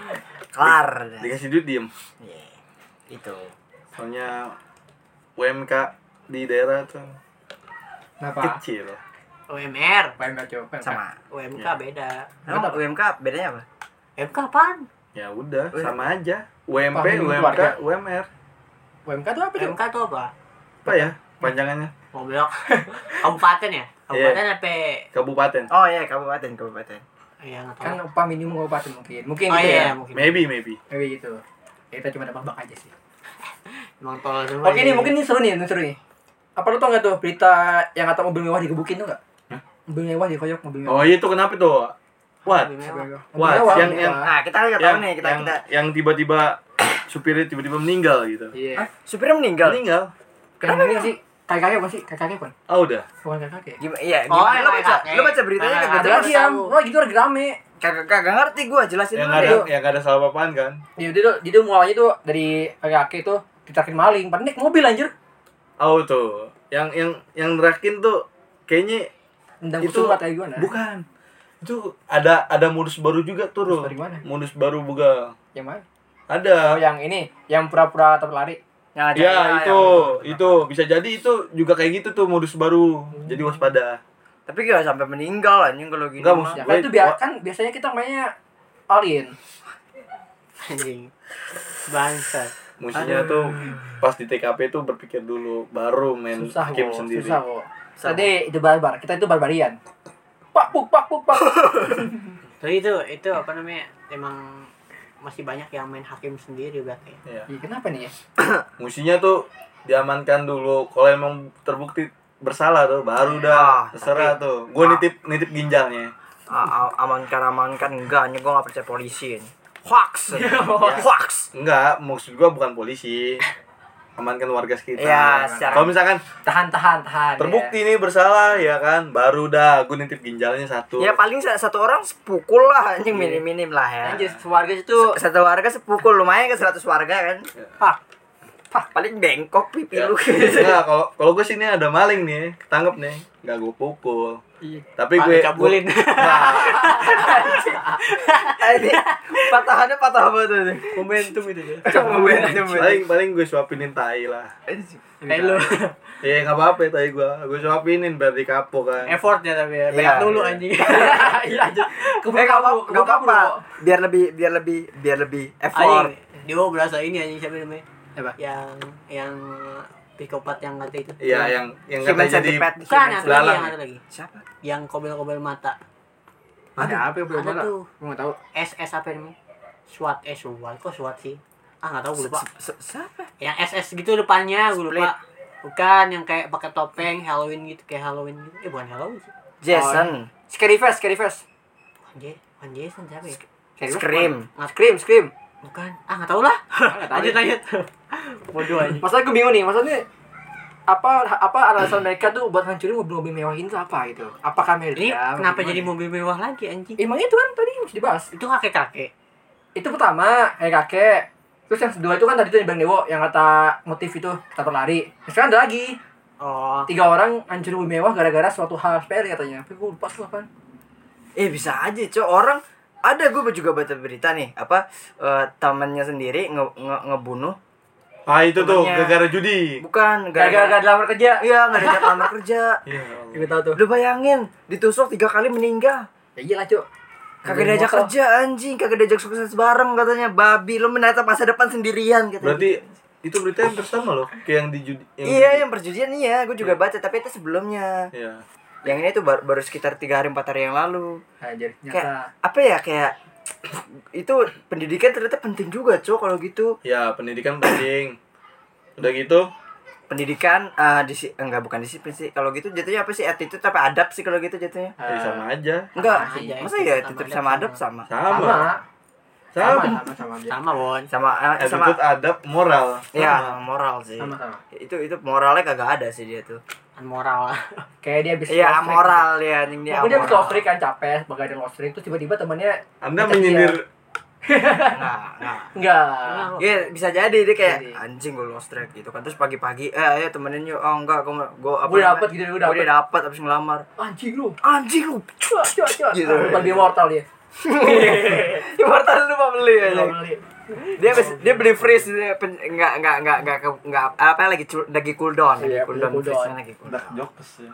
Kelar. dah. Dikasih duit diem. Iya. Itu. Soalnya U M K di daerah tuh Kenapa? kecil. U M R, Apa yang coba? Sama. U M K Ya. beda. Emang U M K bedanya apa? U M K apaan? Ya udah, Wih. sama aja. U M P, Paham U M K, keluarga. U M R. U M K itu apa U M tuh? K itu apa? Apa ya panjangannya? Mau bilang kabupaten ya? Kabupaten apa? Kabupaten. Oh iya, kabupaten, kabupaten. Ya nggak tahu. Kan upah minimum kabupaten mungkin. Mungkin Oh gitu iya, ya. mungkin. Maybe, maybe. Maybe gitu. Ya, kita cuma nebak aja sih. Emang tolol semua. Oke nih, mungkin ini seru nih, ini seru nih. Apa lu tau gak tuh berita yang kata mobil mewah digebukin tuh gak? Hah? Mobil mewah dikoyok, mobil mewah. Oh iya itu kenapa tuh? What? Mobil mewah. Mobil Wah, mewah, yang- mobil yang- mewah. Nah, kita nggak tahu Yang, nih, kita yang, kita yang tiba-tiba supirnya tiba-tiba meninggal gitu. Iya. Hah? Supirnya meninggal. Meninggal? Kayak ini sih, kakek-kakek apa sih? Kakek-kakek kan? Oh udah. Bukan kakek. Gimana? Iya, Oh, gimana? yang Lu baca, kakek. lu baca beritanya Nah, kagak Ada jelas. lagi yang, wah gitu lagi rame. Kagak kagak ngerti gua, jelasin Yang dulu ada deh. yang gak ada salah apaan kan? Dia dia tuh, dia tuh mulanya tuh dari kakek-kakek tuh ditraktir maling, padahal naik mobil anjir. Oh tuh. Yang yang yang nerakin tuh kayaknya Nendang itu kusuma kayak gimana? bukan. Itu ada ada modus baru juga tuh. Modus Ru. baru gimana? Modus baru buka. Yang mana? Ada. Oh yang ini, yang pura-pura terlari. Yang ada- Ya, yang- itu, yang- itu bisa jadi itu juga kayak gitu tuh modus baru. Jadi waspada. Tapi gak sampai meninggal anjing kalau gini. Enggak, mah. maksud- Ya kan itu biar kan biasanya kita mainnya all in. Anjing. Bangsat. Musuhnya tuh pas di T K P tuh berpikir dulu baru main Susah hakim kok, sendiri. susah kok. Susah. Tadi itu barbar, kita itu barbarian. Pak puk pak puk pak. Tapi itu itu apa namanya? Emang masih banyak yang main hakim sendiri berarti. Iya. Ih, kenapa nih ya? Musuhnya tuh diamankan dulu. Kalau emang terbukti bersalah tuh baru dah Ah, terserah tapi- tuh. Gue Ah. nitip nitip ginjalnya. A- a- amankan amankan enggak, anjing gua enggak percaya polisi ini. Hoax. Hoax. Enggak, maksud gua bukan polisi. Amankan warga sekitar. Iya, secara- Kalau misalkan Tahan tahan tahan. terbukti nih bersalah ya kan, baru dah gue nitip ginjalnya satu. Ya paling sa- satu orang sepukul lah anjing, minim-minim lah ya. Ya. Anjir, keluarga itu Satu warga sepukul lumayan ke seratus warga kan. pak. Paling bengkok pipi Ya. lu. Enggak, kalau kalau gue sini ada maling nih, ketangkep nih, enggak gue pukul. Iya. Tapi Pak, gue cabulin. Nah, Ini patahannya patah apa tuh? Momentum itu ya. paling paling gue suapinin tai lah. Kayak lu. Ya enggak apa-apa tai gue. Gue suapinin biar dikapok kan. Effort ya tapi ya. Iya, Banyak dulu iya. anjing. Iya anjir. Eh enggak apa enggak apa-apa. Biar lebih biar lebih biar lebih effort. Anjing. Dia mau berasa ini anjing siapa namanya? Apa? Yang yang psikopat yang kata itu. Iya, yang yang Human katanya jadi centipede. Bukan, Human ada lagi belalang yang ya? ada lagi. Siapa? Yang kobel-kobel mata. Ada apa yang belum ada ada? tuh. Gua enggak tahu. S S apa namanya? SWAT, eh SWAT kok SWAT sih? Ah enggak tahu gue lupa. Se- Siapa? Yang S S gitu depannya gue Split. lupa. Bukan yang kayak pakai topeng Halloween gitu, kayak Halloween gitu. Eh bukan Halloween sih. Jason. Scary face, scary face. Bukan J, bukan Jason siapa ya? Scary face Scream. mana? Scream, scream. Bukan. Ah enggak tahu lah. Enggak tahu. Lanjut lanjut. Bodoh aja. Masalah gue bingung nih, maksudnya apa apa alasan mereka tuh buat hancurin mobil-mobil mewah ini tuh apa gitu? Apakah mereka? Ini kenapa Gimana? jadi mobil mewah lagi anjing? Emang itu kan tadi harus dibahas. Itu kakek-kakek. Itu pertama, kayak kakek. Terus yang kedua itu kan tadi tuh yang Bang Dewo yang kata motif itu kita berlari. Sekarang ada lagi Oh. tiga orang hancur mobil mewah gara-gara suatu hal sepele katanya. Tapi gue lupa sih apaan. Eh bisa aja cok, orang ada gue juga baca berita nih apa eh, temannya sendiri nge, nge, ngebunuh. Ah itu tuh Temennya. gara-gara judi. Bukan Gara-gara gak lamar kerja. Iya nggak ada lamar kerja. Iya. Gue tahu tuh. Lu bayangin ditusuk tiga kali meninggal. Ya iyalah, Cuk. Kagak diajak kerja anjing, kagak diajak sukses bareng katanya. Babi lu menatap masa depan sendirian katanya. Berarti itu berita yang pertama loh, kayak yang di judi. Iya yang perjudian iya, gue juga baca tapi itu sebelumnya. Iya. Yang ini tuh baru, baru sekitar tiga hari empat hari yang lalu. Anjir, Kayak nyata. apa ya kayak itu pendidikan ternyata penting juga cok kalau gitu. Ya, pendidikan penting. Udah gitu, Pendidikan eh disi enggak bukan disiplin sih. Kalau gitu jatuhnya apa sih? Attitude tapi adab sih kalau gitu jatuhnya. ya sama aja. Enggak, sama aja, masa attitude ya sama attitude adab sama adab sama. sama. Sama. Sama. Sama, Sama. sama, sama, aja. Sama, Bon. Sama eh, sama Attitude, adab, moral. ya Sama. moral sih. Sama, sama. Itu itu moralnya kagak ada sih dia tuh. Moral. Kayak dia habis Iya lost track amoral dia anjing gitu. dia. Pokoknya dia habis amoral. lost track kan capek, begadang lost track terus tiba-tiba temannya Anda ngechat menyindir dia. Nah, nah. Enggak. Iya bisa jadi dia kayak Jadi. anjing gue lost track gitu kan terus pagi-pagi eh ayo temenin yuk oh enggak gue gue apa Gue namanya? dapet gitu, gue gue dapet. udah dapet abis ngelamar Anjing lu. anjing lu Cua, cua, cua. Gitu. Ah, lebih mortal dia. ibaratnya lu mau beli aja Nggak beli. dia abis, dia beli freeze dia pen, enggak enggak enggak enggak ke- enggak apa lagi cu- lagi cooldown lagi Iya, cooldown cooldown. freeze lagi cooldown Dak jokes ya.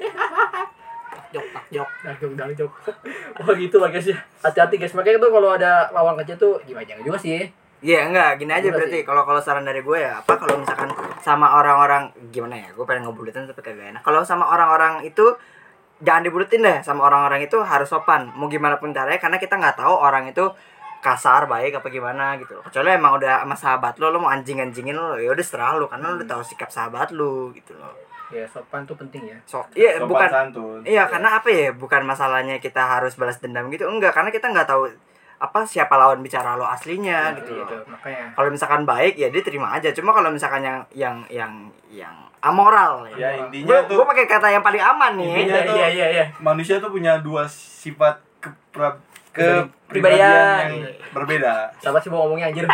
Jok, tak jok. Dangdung, dangdung. Oh gitu lah guys ya. Hati-hati guys. Makanya tuh kalau ada lawan kerja tuh gimana jangan juga sih. iya enggak gini aja Enggak berarti sih. kalau kalau saran dari gue ya apa kalau misalkan sama orang-orang gimana ya gue pengen ngebulitin tapi kagak enak kalau sama orang-orang itu jangan dibulitin deh sama orang-orang itu harus sopan mau gimana pun caranya karena kita nggak tahu orang itu kasar baik apa gimana gitu kecuali emang udah sama sahabat lo lo mau anjing-anjingin lo ya udah serah lo karena lo udah tahu sikap sahabat lo gitu loh Ya sopan tuh penting ya. so iya Sopan bukan santun. iya karena apa ya bukan masalahnya kita harus balas dendam gitu enggak karena kita nggak tahu apa siapa lawan bicara lo aslinya gitu Iya loh tuh, makanya. kalau misalkan baik ya dia terima aja cuma kalau misalkan yang yang yang yang amoral Ya intinya gue tuh pakai kata yang paling aman nih Intinya tuh- Iya iya iya. manusia tuh punya dua sifat kepra Kepribadian. kepribadian yang berbeda. Sabar sih mau ngomongnya anjir.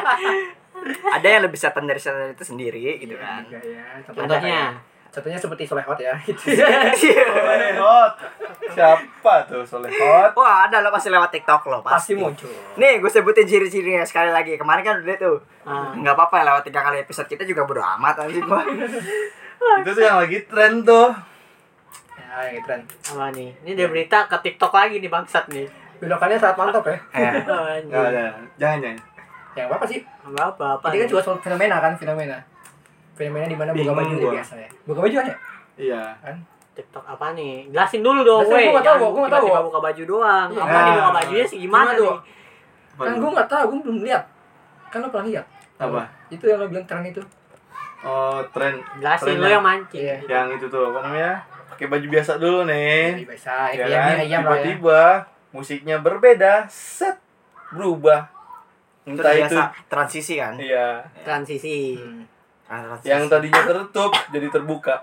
ada yang lebih setan dari setan itu sendiri gitu kan Iya, iya. Contohnya. Contohnya seperti Solehot ya. Gitu. Solehot. Siapa tuh Solehot? wah ada lo pasti lewat TikTok lo Pasti pasti muncul. nih gue sebutin ciri-cirinya sekali lagi kemarin kan udah tuh Ah. nggak apa-apa lewat tiga kali episode kita juga bodo amat anjing gua Itu tuh yang lagi tren tuh. Ya, yang tren. Apa nih? Ini dia berita ke TikTok lagi nih bangsat nih. Belokannya sangat mantap ya. Anjing. Enggak ada. Jangan jangan. Yang apa sih? Apa apa apa. Ini kan juga soal fenomena kan, fenomena. Fenomena di mana buka Bingung baju gua. biasa ya. Buka baju aja Iya. kan? TikTok apa nih? Jelasin dulu dong, Jelasin, weh. gua nggak tahu, Jangan gua nggak tahu. tiba-tiba buka baju doang. Iya. Apa nih buka Nah. bajunya sih gimana Gimana tuh? nih? Apa Kan tuh? gue nggak tahu, gue belum lihat. Kan lo pernah lihat? Apa? Itu yang lo bilang tren itu. Oh, tren. Jelasin Tren lu yang mancing. Iya. yang itu tuh apa namanya? Pakai baju biasa dulu nih. Jadi biasa, Ya ayam kan? ayam lah ya. Tiba-tiba musiknya berbeda, set berubah. itu Entah itu biasa transisi kan iya. Transisi. Hmm. transisi. Yang tadinya tertutup jadi terbuka.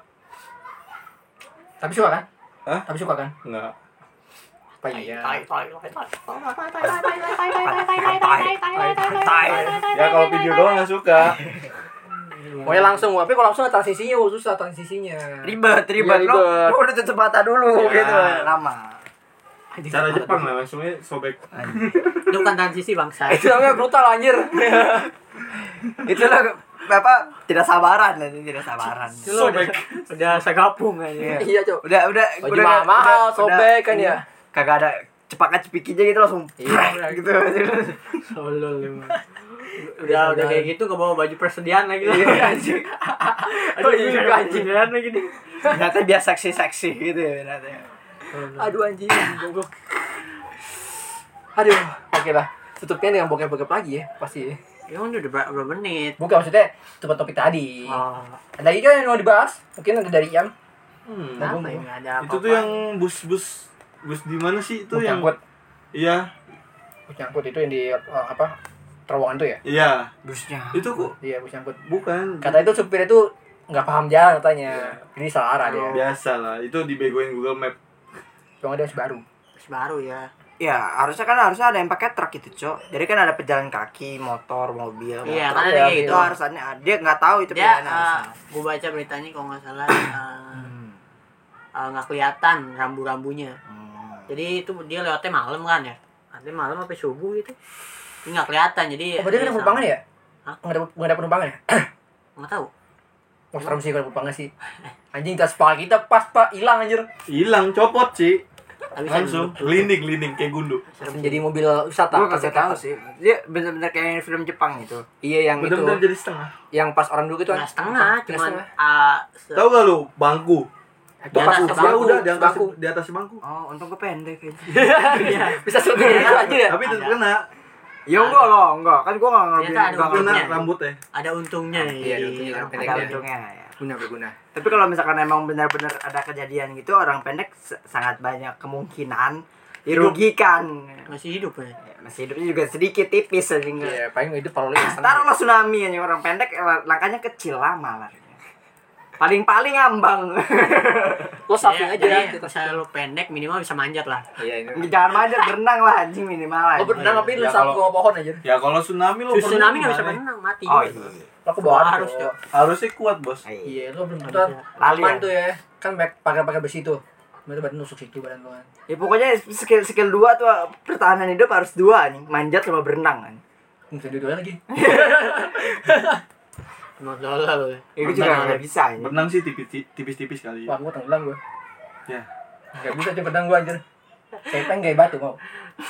Tapi suka kan? Hah? Tapi suka kan? Enggak. Apa iya? Tai tai tai tai. tai Ya kalau video doang nggak suka. Pokoknya langsung, tapi kalau langsung transisinya oh, susah transisinya. ribet ribet Iya, lo ribet. lo udah tutup mata dulu Ya. gitu lama Cara Jepang lah langsungnya sobek. Itu kan transisi bangsa. Itu namanya brutal anjir. itu lo bapak tidak sabaran nanti tidak sabaran Itu lo udah, udah segapung aja. Iya. Iya, Cok. udah udah Baju udah mahal, mahal, udah- sobek kan udah- ya. kagak ada cepakan cepikinya gitu langsung Iya. gitu Tolol emang. Udah udah kayak gitu ke bawa baju persediaan lagi lo. Iya, anjing. Aduh, Oh, iya, iya, anjing. persediaan lagi nih. ternyata dia seksi seksi gitu ya ternyata Aduh anjing, goblok. Aduh, oke lah. Tutupnya dengan bokep-bokep lagi ya, pasti. Ya udah udah berapa berapa menit? Bukan maksudnya tutup topik tadi. Oh, Ada juga yang mau dibahas? Mungkin ada dari Iam. Hmm. Nah, apa gua ya? mau. Nggak ada Itu apa-apa. tuh yang bus-bus bus di mana sih itu Bus yang nyangkut. Iya, Bus nyangkut itu yang di uh, apa? Terowongan tuh ya? iya. busnya Itu kok Iya, bus nyangkut. bukan. Kata itu supirnya tuh nggak paham jalan katanya. Iya. Ini salah arah dia. Biasa lah, itu dibegoin Google Map. Cuma dia masih baru. Masih baru ya. ya harusnya kan harusnya ada yang pakai truk itu, Cok. Jadi kan ada pejalan kaki, motor, mobil, Iya, motor. kan ada Ya, kayak itu gitu. harusnya dia nggak tahu itu Dia pilihannya uh, harusnya. gue baca beritanya kalau nggak salah uh, uh, nggak kelihatan rambu-rambunya. Hmm. Jadi itu dia lewatnya malam kan ya. Nanti malam sampai subuh gitu. Ini nggak kelihatan jadi. Oh, berarti dia ada penumpangnya ya? Hah? Nggak ada nggak ada penumpangnya ya? Nggak tahu. Oh, serem sih kalau penumpangnya sih. Anjing tas pak kita pas pak hilang anjir. Hilang, copot sih. Tapi Langsung glinding glinding kayak gundu. Menjadi mobil wisata. Gue kagak tahu sih. Dia bener-bener kayak film Jepang gitu. Iya yang itu. Bener-bener jadi setengah. Yang pas orang dulu itu nggak setengah, Nggak cuman setengah. uh, se- Tahu gak lu bangku? Di atas Pas- bangku. Ya udah di atas bangku. di atas bangku. Oh, untung gue pendek aja. Iya. Bisa seperti itu aja ya. Tapi tetap Ada. kena. Ya enggak loh, enggak. Kan gue enggak ngerti. Ternyata ada Enggak untungnya. Kena rambutnya. ada untungnya. Iya, ada untungnya, Iya. pendek. ada untungnya ya. Guna berguna. Tapi kalau misalkan emang benar-benar ada kejadian gitu, orang pendek s- sangat banyak kemungkinan dirugikan. Masih hidup ya. Ya, masih hidupnya juga sedikit tipis aja enggak. Iya, paling itu kalau lihat Taruhlah tsunami aja, orang pendek eh, langkahnya kecil lama lah. Paling-paling ngambang. lo surfing Iya, aja ya. jadi misalnya lu pendek minimal bisa manjat lah. Iya ini. Jangan manjat, berenang lah anjing minimal. Lo anjing. berenang tapi lu Ya, sampai kalau- ke pohon aja. Ya kalau tsunami lo Terus tsunami nggak bisa berenang, mati. Oh juga. iya. Lo ke bawah Harus, tuh. Cok. Harusnya kuat, Bos. Iya. Iya, lo belum Nggak tuh bisa. Lali aman ya? tuh ya. Kan pakai pakai pakai besi tuh. Berarti badan nusuk situ badan lo kan. Ya pokoknya skill skill dua tuh pertahanan hidup harus dua nih, manjat sama berenang kan. Bisa dua-duanya lagi. Emang dolar lu. Itu juga nggak bisa ini. Berenang sih tipis tipis-tipis kali. Wah, gua tenggelam gua. Ya. Enggak bisa coba berenang gua anjir. Kayak pengen kayak batu mau.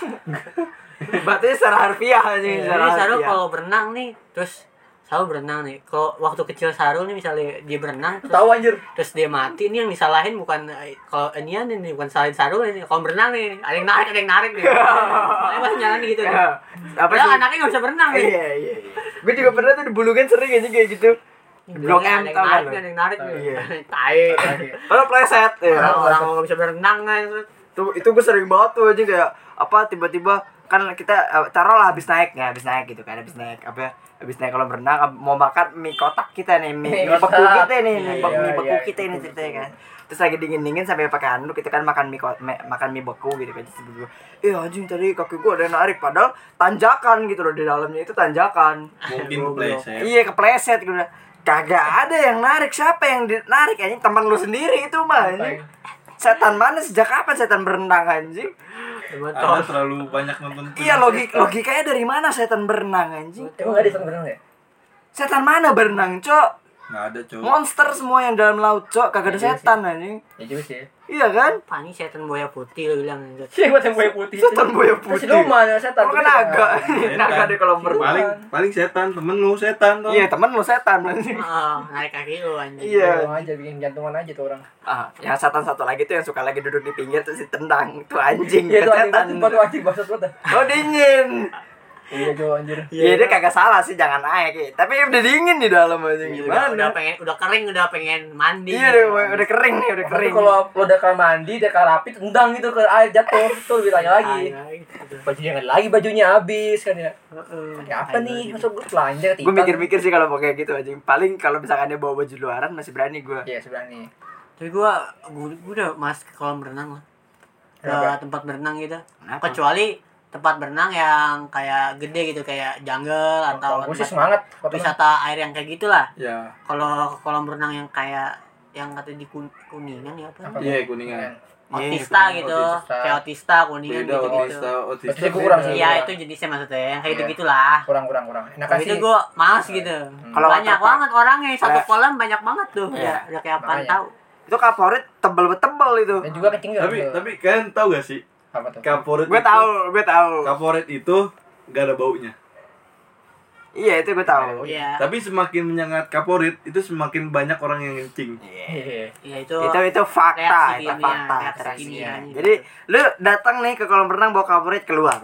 Batunya secara harfiah aja Jadi secara Sarul harfiah. kalau berenang nih, terus Sarul berenang nih. Kalau waktu kecil Sarul nih misalnya dia berenang terus, Tahu anjir. terus dia mati, ini yang disalahin bukan eh, kalau inian ini bukan salahin Sarul ini. Kalau berenang nih, ada yang narik, ada yang narik nih. Makanya masih jalan gitu nih. Ya, apa Padahal sih? anaknya nggak bisa berenang nih. Iya iya iya. Gue juga pernah tuh di Bulungan sering aja kayak gitu. Blok Ada M yang tau narik, kan? ada yang narik nih. Iya. Tai. Kalau pleset ya. Orang orang nggak bisa berenang kan. Tuh itu gue sering banget tuh aja kayak apa tiba-tiba kan kita eh, taruhlah habis naik ya habis naik gitu kan habis naik apa ya, habis naik kalau berenang ab- mau makan mie kotak kita nih mie, Mie mie beku kotak. kita nih Iya, mie, be- iya, mie beku iya, kita ini beku, ceritanya beku. kan terus lagi dingin dingin sampai pakai handuk kita kan makan mie ko- me- makan mie beku gitu kan terus tiba-tiba eh anjing tadi kaki gua ada yang narik padahal tanjakan gitu loh di dalamnya itu tanjakan Mungkin Goblok. kepleset. iya kepleset gitu udah kagak ada yang narik siapa yang di- narik anjing teman lu sendiri itu mah anjing setan mana sejak kapan setan berenang anjing Anda terlalu banyak nonton film iya logik setan. logikanya dari mana setan berenang anjing Emang enggak ada yang berenang ya? setan mana berenang cok Nggak ada, Cok. monster semua yang dalam laut cok kagak ada Iya, setan anjing Ya juga sih. iya kan Apa nih setan buaya putih lu bilang anjir. Sih buat yang buaya putih. setan buaya Terus putih lu mana setan? lu kan naga Setan. naga deh kalau berenang Paling paling setan, temen lu setan tuh. iya temen lu setan anjing Oh, narik kaki lu anjing. Iya. Iya. aja bikin jantungan aja tuh orang. ah yang setan satu lagi tuh yang suka lagi duduk di pinggir terus ditendang itu anjing Iya tuh bukan anjing setan banget tuh anjing maksud lu dah. oh dingin Iya tuh anjir. iya dia kagak salah sih jangan naik ya. Tapi udah dingin di dalam aja Udah, udah gimana pengen udah kering udah pengen mandi. iya udah, udah kering nih udah Tapi kering kalau lo udah kamar mandi, udah kamar rapi, tendang gitu ke air jatuh, tuh lebih tanya lagi. Bajunya nggak lagi, bajunya habis kan ya. Kayak apa nih? Masuk gue telanjang gue mikir-mikir sih kalau mau kayak gitu aja paling kalau misalkan dia bawa baju luaran masih berani gue Iya sebenarnya. Tapi gua gua, gua udah mas ke kolam berenang lah. Ke Kenapa? tempat berenang gitu. Kenapa? Kecuali tempat berenang yang kayak gede gitu kayak jungle atau Gue sih tempat semangat. Kalau wisata air yang kayak gitulah. Ya. Kalau kolam berenang yang kayak yang kata di Kun- kuningan ya apa? Apa? Iya, kuningan. Otista Iya, gitu, Otista. kayak otista kuningan Beda gitu gitu. otista, otista. Otista gua kurang sih. Iya itu jenisnya maksudnya yang kayak Iya. gitu gitulah. kurang kurang kurang. Enak Kalau itu sih. gue males gitu. Kalau Banyak waterpark- banget orangnya satu Kayak- kolam banyak banget tuh. Iya. Ya, udah kayak apaan Makanya. tahu. itu kaporit tebel-tebel itu Dan juga kencing juga. Tapi tapi kalian tahu gak sih? apa tuh? Kaporit gue itu- tahu gue tahu Kaporit itu gak ada baunya. iya itu gue tahu Iya. Tapi semakin menyengat kaporit itu semakin banyak orang yang kencing. Iya. Iya itu. itu itu fakta reaksi itu kimia, fakta reaksi reaksi kimia. kimia. Jadi lu datang nih ke kolam renang bawa kaporit keluar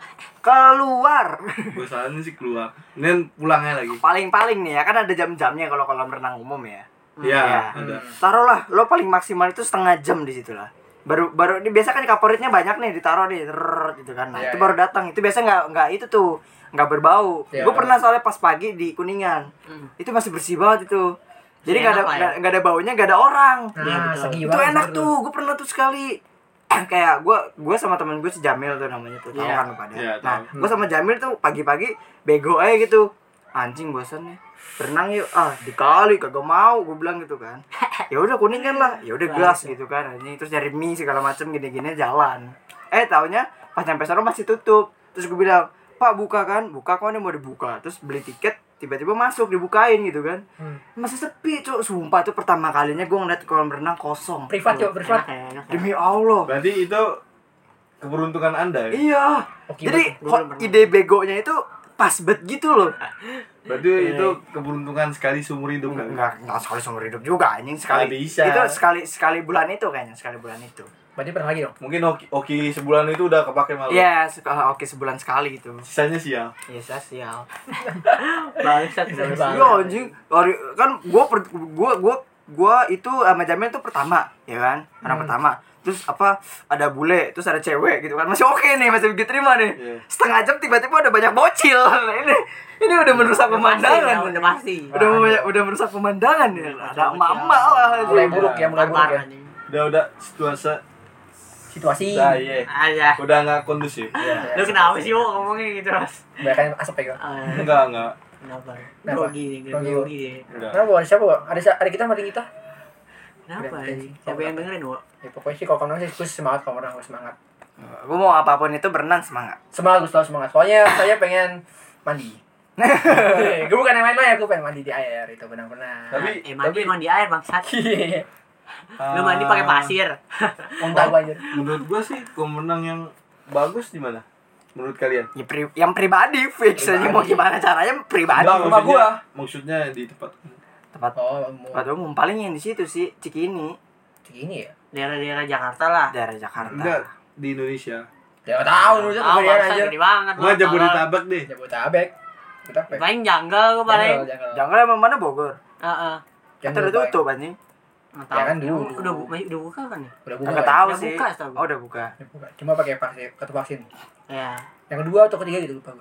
keluar Gue salahnya sih keluar. Dan pulangnya lagi. paling-paling nih ya kan ada jam-jamnya kalau kolam renang umum ya Iya, Iya. ada. taruhlah lo paling maksimal itu setengah jam di situ lah baru baru ini biasa kan kaporitnya banyak nih ditaruh nih rrrr, gitu kan nah Iya, itu iya. baru datang itu biasa nggak nggak itu tuh nggak berbau Iya. gue pernah soalnya pas pagi di kuningan Hmm. itu masih bersih banget itu jadi Enak nggak ada lah ya. nggak nggak ada baunya nggak ada orang Iya, Nah, betul. segi itu banget enak bener tuh gue pernah tuh sekali kayak gue gue sama temen gue si Jamil tuh namanya tuh, tahu Iya. kan lu pada. Iya, Nah, tahu. gue sama Jamil tuh pagi-pagi bego aja gitu. Anjing bosan nih. Berenang yuk. Ah, dikali kagak mau, gue bilang gitu kan. Ya udah kuningan lah. Ya udah gas gitu kan. Anjing terus nyari mie segala macem gini-gini jalan. Eh, taunya pas nyampe sana masih tutup. Terus gue bilang, "Pak, buka kan?" "Buka kok, ini mau dibuka." Terus beli tiket, tiba-tiba masuk dibukain gitu kan. Hmm. Masih sepi, Cuk. Sumpah tuh pertama kalinya gue ngeliat kolam renang kosong. Privat yuk, privat. Enak ya, enak ya. Demi Allah. Berarti itu keberuntungan Anda ya? Iya. Oke, Jadi betul. kok Gua belum pernah. ide begonya itu pas bet gitu loh. Berarti itu keberuntungan sekali seumur hidup kan? Enggak, enggak sekali seumur hidup juga anjing sekali. Nggak bisa. Itu sekali sekali bulan itu kayaknya, sekali bulan itu. Berarti pernah lagi dong. Mungkin oki, oki sebulan itu udah kepake malu. Iya, yes, oke sebulan sekali itu. Sisanya sial. Iya sosial. Bangsat Bisa bangsat. Iya anjing. Hari kan gua per, gua gua gua itu sama Jamil tuh pertama, ya kan? Orang Hmm. pertama. Terus apa ada bule, terus ada cewek gitu kan. Masih oke nih, masih bisa terima nih. Iya. Setengah jam tiba-tiba ada banyak bocil. ini ini udah merusak pemandangan. Udah pasti. Udah udah, udah merusak pemandangan ya. Ada bocil. mama lah. Mulai anjing. buruk ya, mulai buruk ya. Udah udah situasi Situasi. udah iya. Aja. Udah nggak kondusif. Lu kenapa sih wo ngomongnya gitu, Mas? Banyak asap ya. Kak. Ah, Enggak enggak. Kenapa? Kenapa? Grogi nih, Grogi. grogi deh. Enggak. Kenapa? Ada siapa? Bang? Ada ada kita mati kita. Kenapa Udah, anjing? Siapa yang dengerin, wo? Ya pokoknya sih kalau kamu sih gue semangat kalau orang semangat. Gue mau apapun itu berenang semangat. Semangat gue selalu semangat. Soalnya saya pengen mandi. Gue bukan yang main-main, gue pengen mandi di air itu benar-benar. Tapi Eh, mandi tapi mandi air, bangsat. Lu mandi pakai pasir. Unta gue anjir. Menurut gua sih kolam renang yang bagus di mana? Menurut kalian? Ya, pri- yang pribadi fix aja mau gimana caranya pribadi. Enggak, rumah maksudnya, gua. maksudnya di tempat Tempat Oh, mau tempat umum paling yang di situ sih Cikini, segini ya? Daerah-daerah Jakarta lah. daerah Jakarta. enggak di Indonesia. Ya nggak tahu dulu tuh Ah, kalian bangsat aja. gede banget. Gua Jabodetabek deh. Jabodetabek. Kita pe. Paling janggal gua paling. Jangan, jangan. Jangan emang mana Bogor? Heeh. Kan Jangan udah lupa, tutup anjing. Nggak Ya tahu. kan dulu. Udah bu- masih udah buka kan ya? Udah buka. Enggak kan? tahu Udah sih. buka, setahu gua. Oh, udah buka. Udah buka. Cuma pakai vaksin, kartu vaksin. Ya. Yang kedua atau ketiga gitu lupa gue.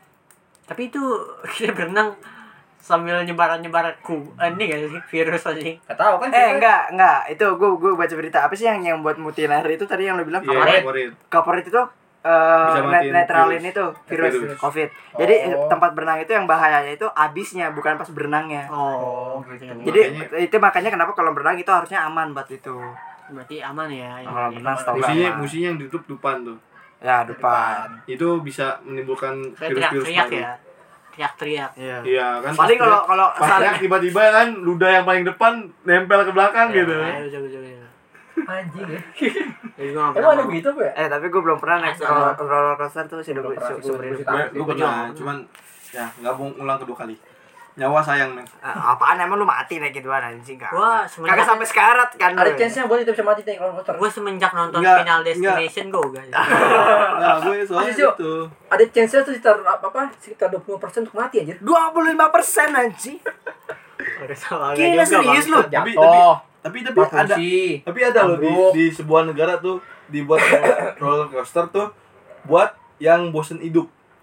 Tapi itu kita berenang sambil nyebar-nyebar ku ini gak sih virus aja. Enggak tahu kan? Eh, enggak, enggak. Itu gua gua baca berita apa sih yang yang buat mutiara itu tadi yang lu bilang Iya, Kaporit. favorit. Kaporit itu eh Bisa net- matiin netralin virus. itu virus, Virus. COVID. Oh. Jadi tempat berenang itu yang bahayanya itu abisnya bukan pas berenangnya. Oh, gitu. gitu. Jadi Makanya- itu makanya kenapa kalau berenang itu harusnya aman buat itu. Berarti aman ya. ini. Kalau berenang setahu gua Musinya aman. musinya yang ditutup depan tuh. Ya, depan. Itu bisa menimbulkan Kayak virus-virus teriak-teriak baru. ya. Teriak-teriak. Iya. Iya kan. Paling pas kalau teriak- kalau pas teriak tiba-tiba kan ludah yang paling depan nempel ke belakang gitu. Ya, betul, betul, betul. Anjing ya. Jadi gua nggak Emang ada pernah. begitu apa ya? eh tapi gue belum pernah naik Asal. roller, roller coaster tuh sih Belum seumur pernah, seumur gua- hidup. gua- Gue gue pernah, cuman ya nggak mau ulang kedua kali. Nyawa sayang men. Ah, apaan emang lu mati naik gituan anjing kan? Wah, semenjak- Kagak sampai sekarat kan. Ada lu. chance-nya buat itu bisa mati nih kalau motor. Gue semenjak nonton Enggak, Final enggak. Destination gue gak. Nah, gue soalnya Masih, Cuk. itu. Ada chance-nya tuh sekitar apa apa? Sekitar dua puluh persen untuk mati aja. dua puluh lima persen anjing. Udah sama Gila, serius lu? Tapi tapi Jatuh. tapi tapi ada Mati. tapi ada loh di, Ambruk. di sebuah negara tuh dibuat roller coaster tuh buat yang bosen hidup.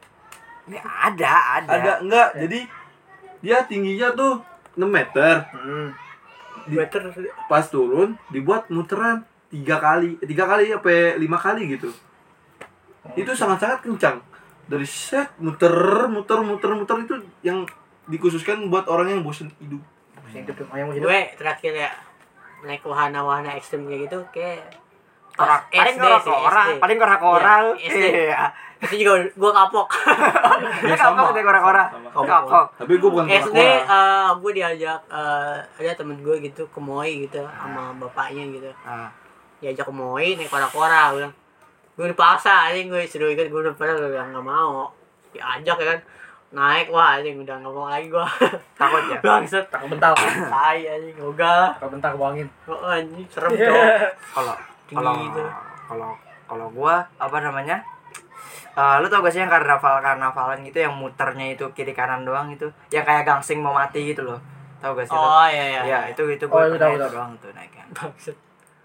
Ya, ada, ada. Ada enggak? Jadi dia tingginya tuh enam meter. Hmm. Di- pas turun dibuat muteran tiga kali, eh, tiga kali apa lima kali gitu. Itu sangat-sangat kencang. Dari set muter muter muter muter itu yang dikhususkan buat orang yang bosen hidup. Yang hidup yang mau hidup. Gue terakhir ya naik wahana-wahana ekstrim kayak gitu kayak Korak, pas paling S D korak sih, orang, S D. paling korak orang. Iya, S D. Iya. Itu juga gue kapok. Dia kapok deh korak orang. Sama. Kapok. Tapi gue bukan S D korak-korak. eh gue diajak eh, ada temen gue gitu ke Moi gitu sama bapaknya gitu. Ah. Diajak ke Moi naik kora-kora bilang. Gue dipaksa anjing gue suruh ikut gue udah pernah gue bilang enggak mau. Diajak ya kan. Naik wah anjing udah enggak mau lagi gue. Takut ya? Bangsat. Takut bental. Tai anjing ogah. Takut bental kebuangin. Oh anjing serem cok. Kalau Tinggi kalau gitu. kalau kalau gua apa namanya? Eh, lu tau gak sih yang karnaval karnavalan gitu yang muternya itu kiri kanan doang itu, yang kayak gangsing mau mati gitu loh, tau gak sih? lu? Oh iya iya. Ya itu itu Oh, gua itu pernah tahu, itu tahu. doang tuh naiknya. Bangsat.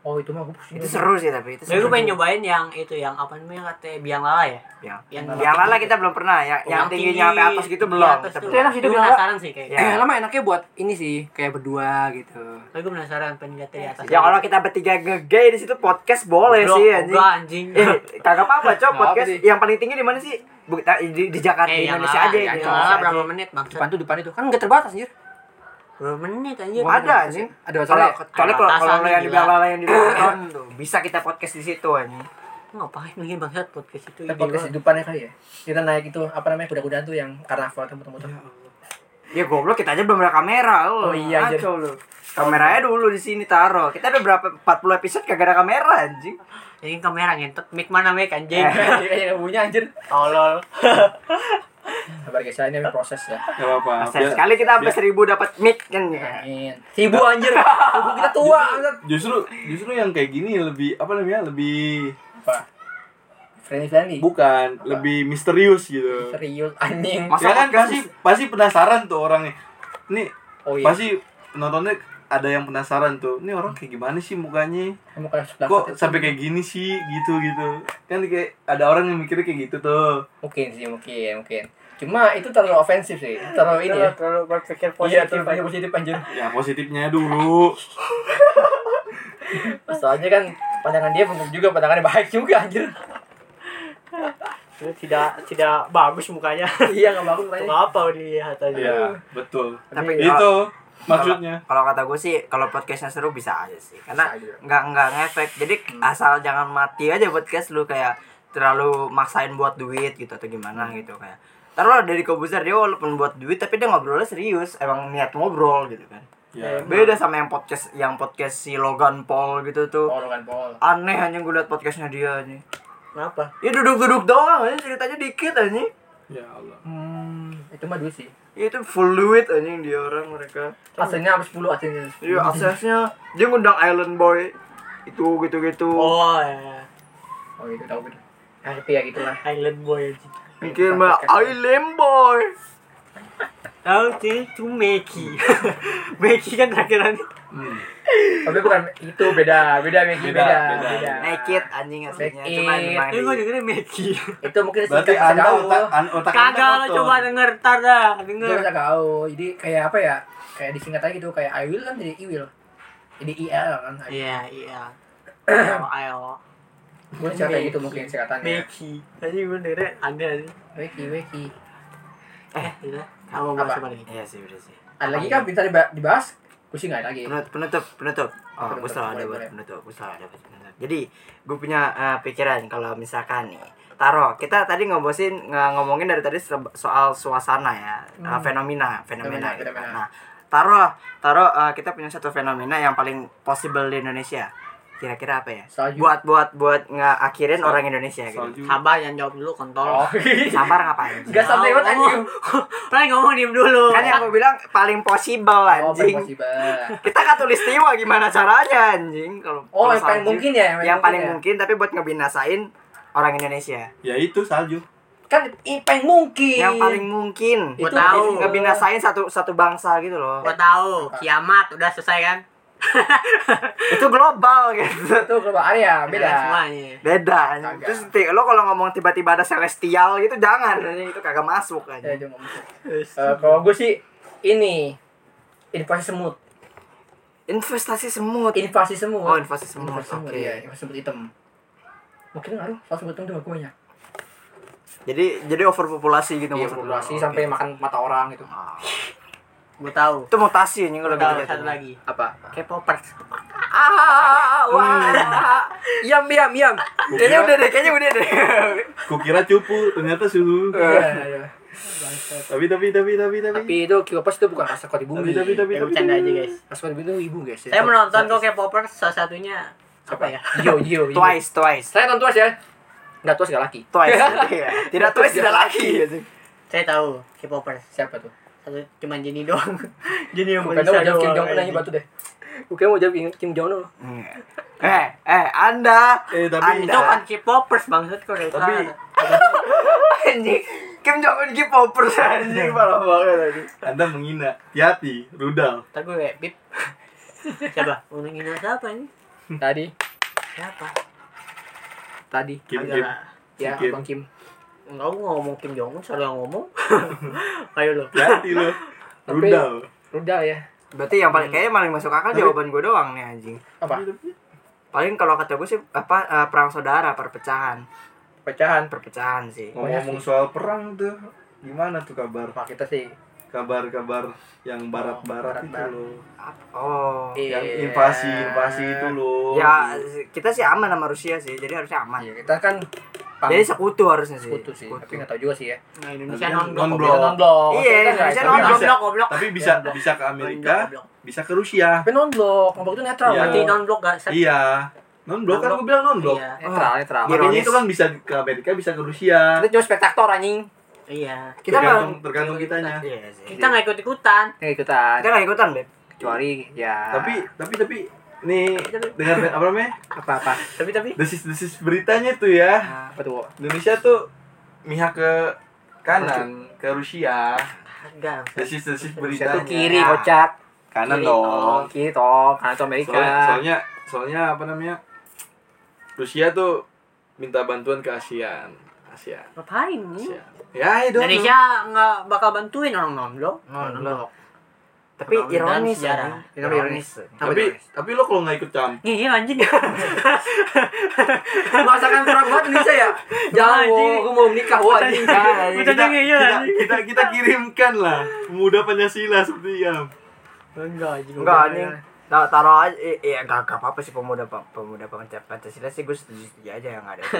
Oh itu mah gue pusing. Itu seru sih tapi itu Tapi seru. gue pengen nyobain yang itu yang apa namanya katanya biang lala ya. Yang Yang yang lala kita belum pernah, yang yang tingginya sampai atas gitu di belum. atas Kita tuh. belum. Itu enak sih, itu Gue biang lala. penasaran sih kayak. Ya. Eh lama enaknya buat ini sih kayak berdua gitu. Tapi gue penasaran pengen lihat di atas. Ya kalau kita bertiga nge-gay di situ podcast boleh Goblok, sih anjing. enggak, anjing. Eh, kagak apa-apa, Cok. Nggak Podcast apa sih. yang paling tinggi di mana sih? Bu- di, di Jakarta, Eh, di yang Indonesia lala, aja. yang di lala Indonesia berapa aja. menit maksud? Depan tuh depan itu kan nggak terbatas anjir. Berapa menit anjir? Ada anjing. Ada Kalau soalnya. soalnya kalau batasan kalau yang di gila. Lala yang di nonton tuh bisa kita podcast di situ anjing. Ngapain lagi bangsat podcast itu? Kita ide podcast banget. hidupannya kali ya. Kita naik itu apa namanya kuda-kudaan tuh yang karnaval tuh muter-muter. Ya goblok, kita aja belum ada kamera lu. Oh iya, anjir. Ngaco lu. Kameranya dulu di sini taruh. Kita udah berapa empat puluh episode kagak ada kamera anjing. Ini kamera ngentot, mic mana mic anjing? Iya yang punya anjir. Tolol. Sabar guys, ini proses ya. Gak apa-apa. Saya sekali kita sampai seribu dapat mic kan. Amin. Ibu anjir. Ibu kita tua anjir. Justru justru yang kayak gini lebih apa namanya? Lebih Apa? Friendly friendly. bukan, lebih misterius gitu. Serius anjing. Masa Ya kan podcast pasti pasti penasaran tuh orangnya. Nih, Oh iya. pasti penontonnya ada yang penasaran tuh. Ini orang kayak gimana sih mukanya? Kamu kayak sebelah Kok satu. sampai kayak gini sih gitu gitu. Kan kayak ada orang yang mikirnya kayak gitu tuh. Mungkin sih, mungkin, mungkin. Cuma itu terlalu ofensif sih. Terlalu ini ya. Terlalu berpikir Iya, terlalu positif anjir. Ya positifnya dulu. Soalnya kan pandangan dia bener juga, pandangannya baik juga anjir. tidak tidak bagus mukanya. Iya, enggak bagus Untuk kayaknya. apa dilihat aja. Iya, betul. Tapi Itu maksudnya. Kalau kata gue sih, kalau podcastnya seru bisa aja sih, karena Bisa aja. nggak nggak ngefek. Jadi asal jangan mati aja podcast lu kayak terlalu maksain buat duit gitu atau gimana gitu kayak. Taruhlah dari Kobuzer dia walaupun buat duit tapi dia ngobrolnya serius, emang niat ngobrol gitu kan. Ya. Beda sama yang podcast yang podcast si Logan Paul gitu tuh. Oh, Logan Paul. Aneh anjing gue liat podcastnya dia anjing. Kenapa? Ya duduk-duduk doang anjing, ceritanya dikit anjing. Ya Allah. Hmm, itu mah duit sih. Ya itu full duit anjing dia orang mereka. Aslinya habis sepuluh aslinya. Iya aksesnya dia ngundang Island Boy itu gitu-gitu. Oh ya. Oh, itu tahu gitu. Ah, tapi ya gitulah. Island Boy anjing. Mungkin mah Island Boy. Tahu sih, itu Meki. Meki kan terakhiran. Hmm. Tapi bukan itu beda, beda Meki Beda, beda, beda. beda. Naked anjing aslinya Naked. cuma emang Eh gue di- dengerin Meki. Itu mungkin Berarti singkat Anda gaul. otak an, otak Anda Kagak lo kotor. coba denger tar dah, Itu denger. bisa gaul. Jadi kayak apa ya? Kayak disingkat aja gitu, kayak I will kan jadi I will. Jadi I L kan. Iya, iya. Ayo, ayo. Gue singkat kayak gitu mungkin singkatannya. Meki. Tadi gue dengerin ada sih. Meki, Meki. Eh, gitu. Kamu mau Apa? coba lagi? Iya sih udah sih. Ada lagi kan bisa diba- dibahas? Gue sih nggak ada lagi. Penutup penutup penutup. Oh, Penutup, gue selalu ada boleh, buat boleh. penutup. Gue selalu ada buat penutup. Jadi gue punya eh, pikiran kalau misalkan nih Taro, kita tadi ngobosin nge- ngomongin dari tadi se- soal suasana ya, eh, fenomena, fenomena. Fenomena, gitu kan. fenomena. Nah, Taro, Taro eh, kita punya satu fenomena yang paling possible di Indonesia. Kira-kira apa ya? Salju. Buat buat buat ngakhirin Sal- orang Indonesia gitu. Salju. Sabar, jangan jawab dulu kontol. Oh, Sabar ngapain? Gak santai banget anjing. Kan ngomong diem dulu. Kan yang gue bilang paling possible Oh, anjing. possible. Kita katulistiwa gimana caranya anjing kalau Oh, kalau yang paling salju. mungkin ya, yang yang paling paling mungkin mungkin tapi buat ngebinasain orang Indonesia Ya itu salju. Kan i- paling mungkin. yang paling mungkin Gua Itu tahu. jadi- ngebinasain satu satu bangsa gitu loh. Gua tahu, kiamat udah selesai kan? Itu global gitu. itu global area Udah beda. semuanya. Beda anjing. Kagak. Terus ti- lo kalau ngomong tiba-tiba ada celestial gitu jangan anjing, itu kagak masuk Ya, anjing. dia ngomong. Eh, kalau gue sih ini invasi semut, Investasi semut. invasi semut. Oh, invasi semut. Invasi semut, Oke. iya, invasi semut hitam. Mungkin ngaruh, soal semut hitam tuh gue banyak. Jadi jadi overpopulasi gitu Iya, maksud lo. populasi Oke. sampai makan mata orang gitu. Ah. Gua tahu. Itu mutasi anjing Gua kalau tahu gitu. satu lagi. Apa? K-popers. Ah, wah. Yam yam yam. Kayaknya udah deh, kayaknya udah deh. Kukira cupu, ternyata suhu. Iya, iya. Tapi tapi tapi tapi tapi. Tapi itu K-popers itu bukan rasa kok di bumi. Tapi tapi tapi Ya tapi. bercanda aja guys. Rasa kok di bumi itu ibu guys. Saya menonton kok K-popers, salah satunya apa ya? Yo, yo, yo. Twice, twice. Saya nonton twice ya. Enggak twice enggak laki. Twice. Iya. Tidak twice tidak lagi. Saya tahu K-popers. Siapa tuh? Satu cuma Jenny doang. Jenny yang Bukan bisa mau jawab Kim doang, Jong Un aja anjing. batu deh. Bukan mau jawab Kim Jong Un. Eh, eh, Anda. Eh tapi Itu kan K-popers bangsat kok dari Tapi- sana. Anjing. Kim Jong Un K-popers anjing parah banget anjing. Anda menghina. Hati-hati, rudal. Ntar gue kayak bip. Siapa? Mau ngina siapa nih? Tadi. Siapa? Tadi. Kim Agak- Kim. Ya, Kim. Bang Kim. Enggak, aku ngomong Kim Jong Un, salah yang ngomong. Ayo lo. Hati lo. Tapi- Rudal. Rudal ya. Berarti yang paling kayaknya paling masuk akal Tapi- jawaban gue doang nih anjing. Apa? Paling kalau kata gue sih apa eh, perang saudara, perpecahan. Pecahan. Perpecahan sih. Ngomong-ngomong soal perang tuh, gimana tuh kabar? Nah, kita sih. Kabar-kabar yang barat-barat itu barat-barat. loh. Oh. Iya. Yang invasi-invasi itu loh. Ya kita sih aman sama Rusia sih, jadi harusnya aman. Iya, kita kan Jadi sekutu harusnya sih. sekutu sih. Tapi enggak tahu juga sih ya. Nah, Indonesia Tapi non non-blok. blok. Non-blok. Iya, Indonesia Tapi non-blok. bisa, Goblok, goblok. tapi bisa Non-blok. bisa ke Amerika, Goblok. bisa ke Rusia. Tapi non-blok. Non-blok itu netral. Iya. Berarti non blok gak? Iya. Non-blok kan Non-blok. gue bilang non-blok. Iya. Netral, netral. Iya. Makanya Ironis. itu kan bisa ke Amerika, bisa ke Rusia. Kita cuma spektator anjing. Iya. Kita tergantung, nggak tergantung kitanya. Iya sih. Kita nggak ikut ikutan. Nggak ikutan. Kita nggak ikutan, Beb. Kecuali ya. Tapi tapi tapi nih dengar apa namanya? apa-apa. Tapi tapi. Desis-desis beritanya tuh ya. Apa tuh? Indonesia tuh mihak ke kanan, ke Rusia. Enggak. Desis-desis Rusia beritanya. tuh kiri, kocak. Kanan Kiri, dong. Oh, kiri toh. Kanan itu Amerika. Soalnya, soalnya soalnya apa namanya? Rusia tuh minta bantuan ke ASEAN. ASEAN. Ngapain nih? ASEAN. Ya, itu. Indonesia nggak bakal bantuin orang non blok. Non-blok. Tapi Penampilan ironis sejarah. anjing. Kenapa ironis? Tapi tapi lo kalau nggak ikut campur, Iya anjing. Masakan perang banget Indonesia ya? Jangan, Anjing. wo, gue mau menikah, wah anjing. Jangan. Udah kita, iya kita, anjing. kita kita kirimkan lah pemuda Pancasila seperti yang Enggak anjing. Enggak anjing. Nah, taruh aja eh, eh enggak enggak apa-apa sih pemuda pemuda Pancasila sih gue setuju aja yang ada.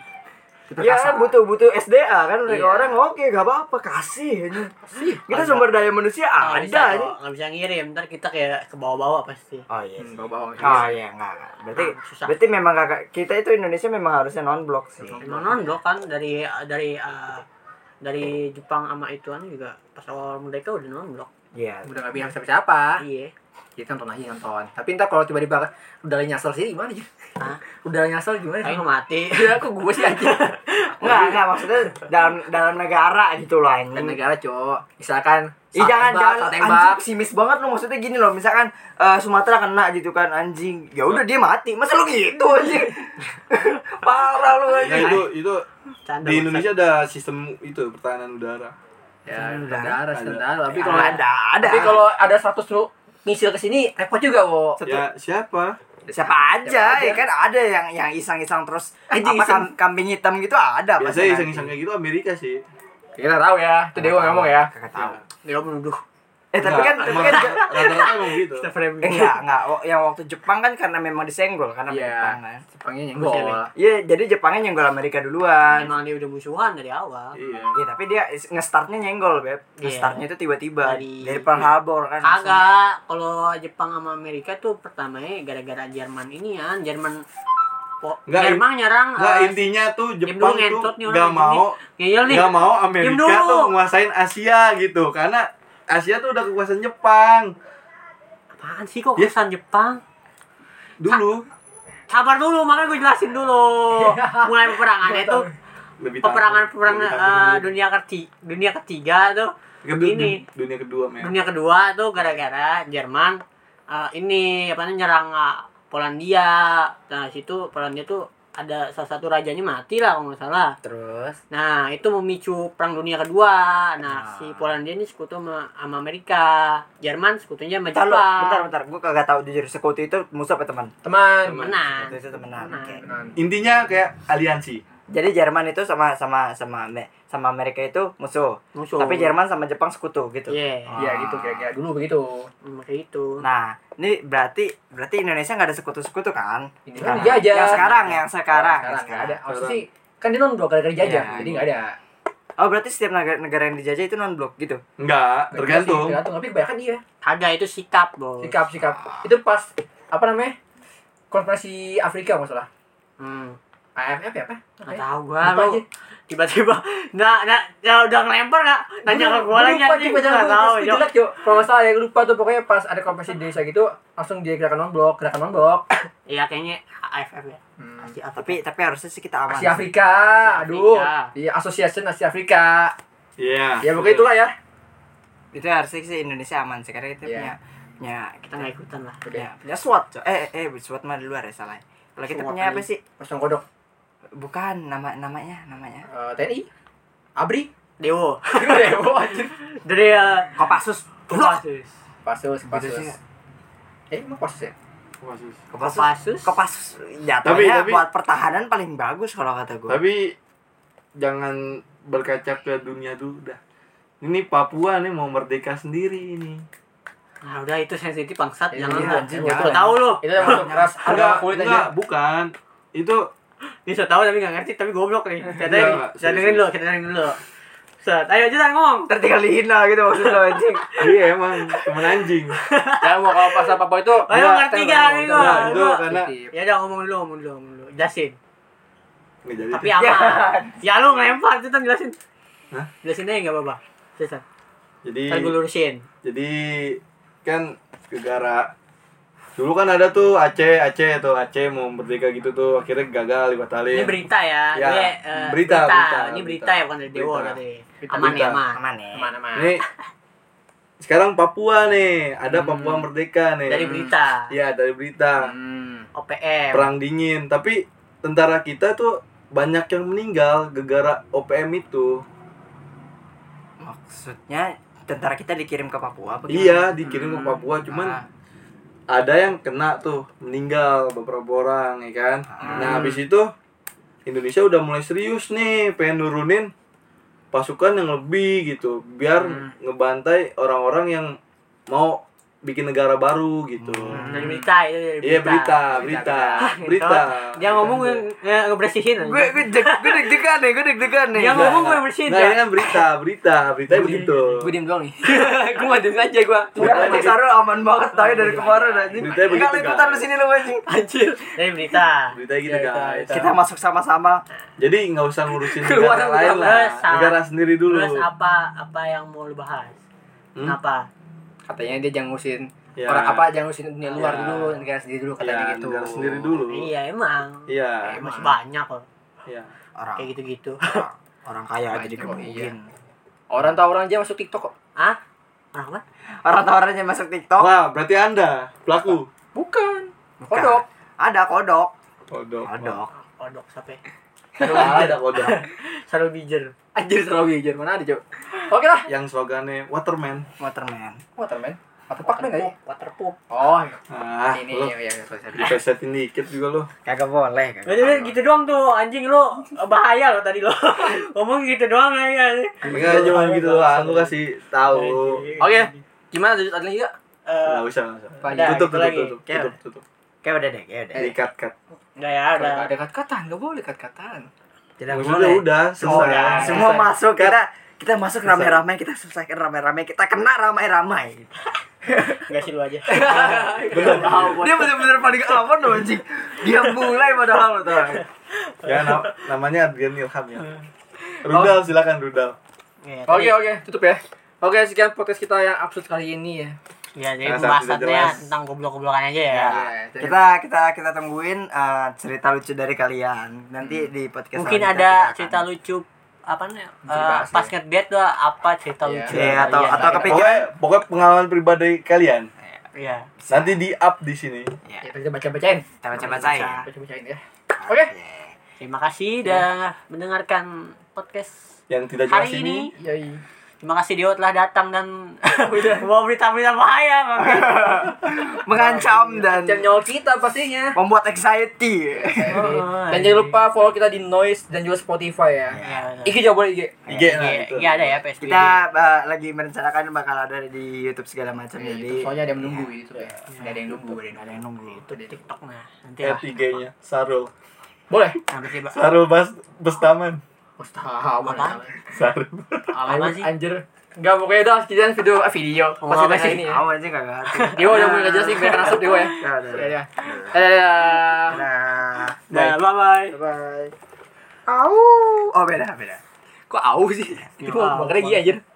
Ya butuh butuh S D A kan mereka Iya. orang oke gak apa-apa kasih aja. Kita Ada. sumber daya manusia Nggak ada bisa, aja. kok. Nggak bisa ngirim, ntar kita kayak ke bawah-bawah pasti. Oh iya. Hmm, bawa-bawa. Oh iya enggak, enggak. Berarti Ah, susah. berarti memang kakak kita itu Indonesia memang harusnya non blok sih. Emang non blok kan dari dari uh, dari Jepang sama ituan juga pas awal merdeka udah non blok. Iya. Udah gak bilang siapa-siapa. Iya. Kita nonton aja nonton. Tapi ntar kalau tiba-tiba udah nyasel sih gimana aja? Hah? Udah nyasel gimana? Kayak mati. Ya aku gue sih aja. Enggak, enggak maksudnya dalam dalam negara gitu loh Dan anjing. negara, Cok. Misalkan Ih jangan tembak, jangan saat anjing tembak. pesimis banget lu maksudnya gini loh misalkan eh, Sumatera kena gitu kan anjing ya udah dia mati masa lu gitu anjing parah lu ya anjing itu itu Canda, di Indonesia ada sistem itu pertahanan udara. Ya, Hmm, negara, ada. negara. Tapi Ya, kalau ada ada Tapi kalau ada seratus lu misil ke sini repot juga, wo. Ya siapa? siapa aja, Siapa aja. ya kan ada yang yang iseng-iseng terus Anjing, apa iseng. kam- kambing hitam gitu ada pasti Biasanya nanti. iseng-iseng kayak gitu Amerika sih. Kita tahu ya. Itu Dewa ngomong ya. Kagak tahu Dia menuduh. eh tapi kan tapi Emang kan rata-rata emang gitu. eh, enggak enggak Oh, yang waktu Jepang kan karena memang disenggol karena Iya. Jepang kan Jepangnya nyenggol. iya jadi Jepangnya nyenggol Amerika duluan Emang dia udah musuhan dari awal. Iya. iya tapi dia nge-startnya nyenggol beb Iya. nge-startnya itu tiba-tiba Dari- dari, Pearl Harbor kan langsung. Kagak, kalau Jepang sama Amerika tuh pertamanya gara-gara Jerman ini ya, Jerman po, Nggak, Jerman nyerang Nggak, eh, intinya tuh diem Jepang dulu, tuh ngentot nih orang nggak di mau ngeyel nih. nggak mau Diem Amerika dulu. tuh nguasain Asia gitu karena Asia tuh udah kekuasaan Jepang Apaan sih kok Ya. kesan Jepang? dulu. Sabar dulu, makanya gue jelasin dulu. Mulai peperangannya tuh Lebih tahu. peperangan peperangan Lebih tahu eh, dulu. dunia ketiga, dunia ketiga tuh Kedua- ini. dunia kedua men. Dunia kedua tuh gara-gara Jerman eh, ini apa namanya nyerang eh, Polandia. Nah, situ Polandia tuh ada salah satu rajanya mati lah kalau nggak salah. terus Nah, itu memicu perang dunia kedua. Nah, Nah. si Polandia ini sekutu sama, sama Amerika. Jerman sekutunya sama bentar, lu, Jepang. bentar, bentar. Gue kagak tahu jujur sekutu itu musuh apa teman? Teman. Temenan. Sekutu itu temenan. Temenan. Oke. Teman. Intinya kayak aliansi. Jadi Jerman itu sama sama sama Me- sama Amerika itu musuh. Musuh. Tapi Jerman sama Jepang sekutu gitu. Iya. Iya gitu kira-kira dulu begitu. Hmm, kayak itu. Nah, ini berarti berarti Indonesia nggak ada sekutu-sekutu kan? Ini kan Sekarang. dijajah. Yang sekarang, yang sekarang, yang Sekarang sekarang. nggak ada. Maksudnya sih kan dia non blok gara-gara dijajah, Iya. jadi nggak ada. Oh, berarti setiap negara, negara yang dijajah itu non blok gitu. Enggak, tergantung. Tergantung, tapi kebanyakan dia. Kagak itu sikap, Bos. Sikap sikap. Itu pas apa namanya? Konferensi Afrika masalah. Hmm. A F F ya apa? Nggak tahu gua Lupa lu. aja. Tiba-tiba nah, nah, ya udah ngelempar enggak nanya ke gua lagi lupa anjing. tiba Nggak tahu, tahu Jok. jelek yo. Kalau nggak salah ya lupa tuh pokoknya pas ada konferensi di desa gitu langsung dia gerakan non blok, gerakan non blok. Iya kayaknya A F F ya. Hmm. Asia Afrika. Tapi tapi harusnya sih kita aman. Asia Afrika, aduh. Iya, Association Asia Afrika. Iya. Ya pokoknya itulah ya. Itu harusnya sih Indonesia aman sih karena kita Iya. punya punya Kita nggak ikutan lah. punya punya SWAT coy. Eh eh SWAT mah di luar ya salah. Kalau kita SWAT punya apa aja. sih? Pasang kodok. Bukan nama namanya namanya. Eh, T N I. Abri. Dewo. Dewo anjir. Dari uh, Kopassus. Kopassus. Pasus, Gitu pasus. sih. Eh, emang pasus ya? Kopassus. Kopassus. Kopassus Tapi- jatuhnya tapi- buat pertahanan paling bagus kalau kata gue. Tapi jangan berkaca ke dunia dulu dah. Ini Papua nih mau merdeka sendiri ini. Nah, udah itu sensitif bangsat, Iya, jangan iya, lah. anjing, Gua jangan. tahu lu. Itu yang masuk ras harga Enggak, kulit aja. enggak, bukan. Itu Ini so tahu tapi nggak ngerti tapi goblok nih. Kita Enggak, enggak, kita dengerin dulu, kita dengerin dulu. Set, ayo jangan ngomong. Ntar tinggal dihina gitu maksud lo anjing. iya emang temen anjing. Ya mau kalau pasal apa itu? Ayo enggak, ngerti kita gak ngomong, nih kita gua? Nah, ngomong. itu Gua- karena Titip. Ya udah ngomong dulu, ngomong dulu, ngomong dulu. Jelasin. nggak jadi. Tapi aman. Ya lu ngelempar itu jelasin. Hah? Jelasin aja enggak apa-apa. Jelasin. Jadi Kan gue lurusin. jadi kan negara dulu kan ada tuh Aceh Aceh tuh Aceh mau merdeka gitu tuh akhirnya gagal dibatalin. Ini berita ya. Ya, Ini, eh, berita, berita, Ini berita berita. ya bukan dari Dewo Berita. tadi. Berita, Aman ya, berita. aman. Aman ya. Mana-mana. Nih sekarang Papua nih ada Hmm. Papua merdeka nih. Dari berita. Iya dari berita. Hmm. O P M. Perang dingin tapi tentara kita tuh banyak yang meninggal gara-gara O P M itu. Maksudnya tentara kita dikirim ke Papua apa gimana? Iya dikirim ke Hmm. Papua cuman Ah. ada yang kena tuh meninggal beberapa orang ya kan. Hmm. Nah habis itu Indonesia udah mulai serius nih pengen nurunin pasukan yang lebih gitu biar Hmm. ngebantai orang-orang yang mau bikin negara baru gitu. Hmm, dari berita itu dari berita. Iya berita, berita, berita. Dia ngomong gue nge- ngebersihin aja. Gue gue deg gue deg-degan nih, gue deg-degan nih. Dia Nah, ngomong gue yang bersihin. Nah ini ya. kan berita, berita, beritanya begitu. Gue diem doang nih. Gue mau diem aja gue. Udah anjing Sarul aman banget tadi dari kemarin anjing. Beritanya begitu, Enggak ikutan guys. lu sini lu anjing. Anjir. Dari berita. Beritanya gitu Iya, guys. iya. Kita masuk sama-sama. Jadi nggak usah ngurusin Keluar negara dulu, lain lah, terus, sama- negara sendiri dulu. Terus apa apa yang mau lu bahas? Hmm? Kenapa? Katanya dia jangan ngurusin Ya. orang apa jangan ngurusin dunia luar Ya. dulu, negara sendiri dulu katanya Iya, gitu. negara sendiri dulu. Iya emang. Iya, Eh, masih banyak kok. iya. Orang Kayak gitu-gitu. orang, orang kaya aja Banyak, digebukin. Orang tahu orang aja masuk TikTok kok. Hah? Orang apa? Orang tawarannya masuk TikTok. Wah, berarti Anda pelaku. Bukan. Bukan. Kodok. Ada kodok. Kodok. Kodok. Kodok sampai. Ah, ada kodok. Sarul bijer. Anjir terlalu bijar. Mana ada, Cok? Oke lah. Yang slogannya Waterman. Waterman. Waterman. Waterpark deh enggak ya? Waterpoop. Oh, Ah, ini lu ya ya sorry, sorry. dipesetin dikit juga lo. Kagak boleh Gak kagak. jadi gitu doang tuh anjing lu bahaya lo tadi lo ngomong gitu doang ya. Enggak cuma gitu doang, lu kasih tahu. Oke. Gimana lanjut lagi enggak? Eh, Enggak usah, enggak usah. Ada, Tutup, gitu tutup, lagi. tutup, Kayak- tutup, tutup. Kayak udah deh, kayak udah. Di cut, cut. enggak ya udah. Ada kat-katan, enggak boleh kat-katan. Tidak Maksudnya boleh. udah, Semua, selesai. semua Selesai. masuk kita kita masuk ramai-ramai, kita selesaikan ramai-ramai, kita kena ramai-ramai. Enggak sih lu aja. Belum. Dia bener-bener paling aman loh anjing. Dia mulai padahal lo tuh. Ya, na- namanya Adrian Ilham ya. Rudal, silakan Rudal. Iya, Oke, tadi- oke, tutup ya. Oke, sekian podcast kita yang absurd kali ini ya. Ya, jadi Sangat tidak pembahasannya jelas. tentang goblok-goblokan aja ya. Ya, Iya, kita kita kita tungguin uh, cerita lucu dari kalian nanti di podcast. Mungkin selanjutnya ada kita akan- cerita lucu apa nih? Bisa eh, dibahas pas ya. nge-date tuh apa cerita Iya. lucu? Iya, atau- kalian? atau kepikiran. Pokoknya, pokoknya pengalaman pribadi kalian. Iya. Nanti di up di sini. Ya, Ya, kita baca-bacain. kita baca-bacain. Baca-bacain ya. Oke. Terima kasih udah mendengarkan podcast Yang tidak jelas hari ini. ini. Yoi. Terima kasih Dio telah datang dan bawa berita-berita bahaya, Bang. Mengancam dan Dan nyawa kita pastinya. membuat anxiety. Oh, Dan jangan lupa follow kita di Noise dan juga Spotify ya. Iya, I G juga boleh I G. I G nah Iya, itu. iya ada ya P S B B. Kita uh, lagi merencanakan bakal ada di YouTube segala macam Iya, jadi gitu. Soalnya ada yang menunggu gitu ya. Enggak ada yang nunggu, ada yang nunggu. itu di TikTok nah. Nanti At lah. I G-nya Sarul. Boleh. Nanti sih, Bang. Sarul Bas Bestaman. Mustahawan. Apa? Sarul. Apa sih? Anjir. Enggak pokoknya udah sekian video ah, video. Ngomong Pasti apa kasih sih? ini ya. Awas aja kagak ngerti. Dio yang mulai ngejelasin biar masuk Dio ya. Ya udah. Ya ya. Dadah. Nah, Nah, bye-bye. Bye. au. Oh beda beda. Kok au sih? Itu mau Au, makan lagi anjir.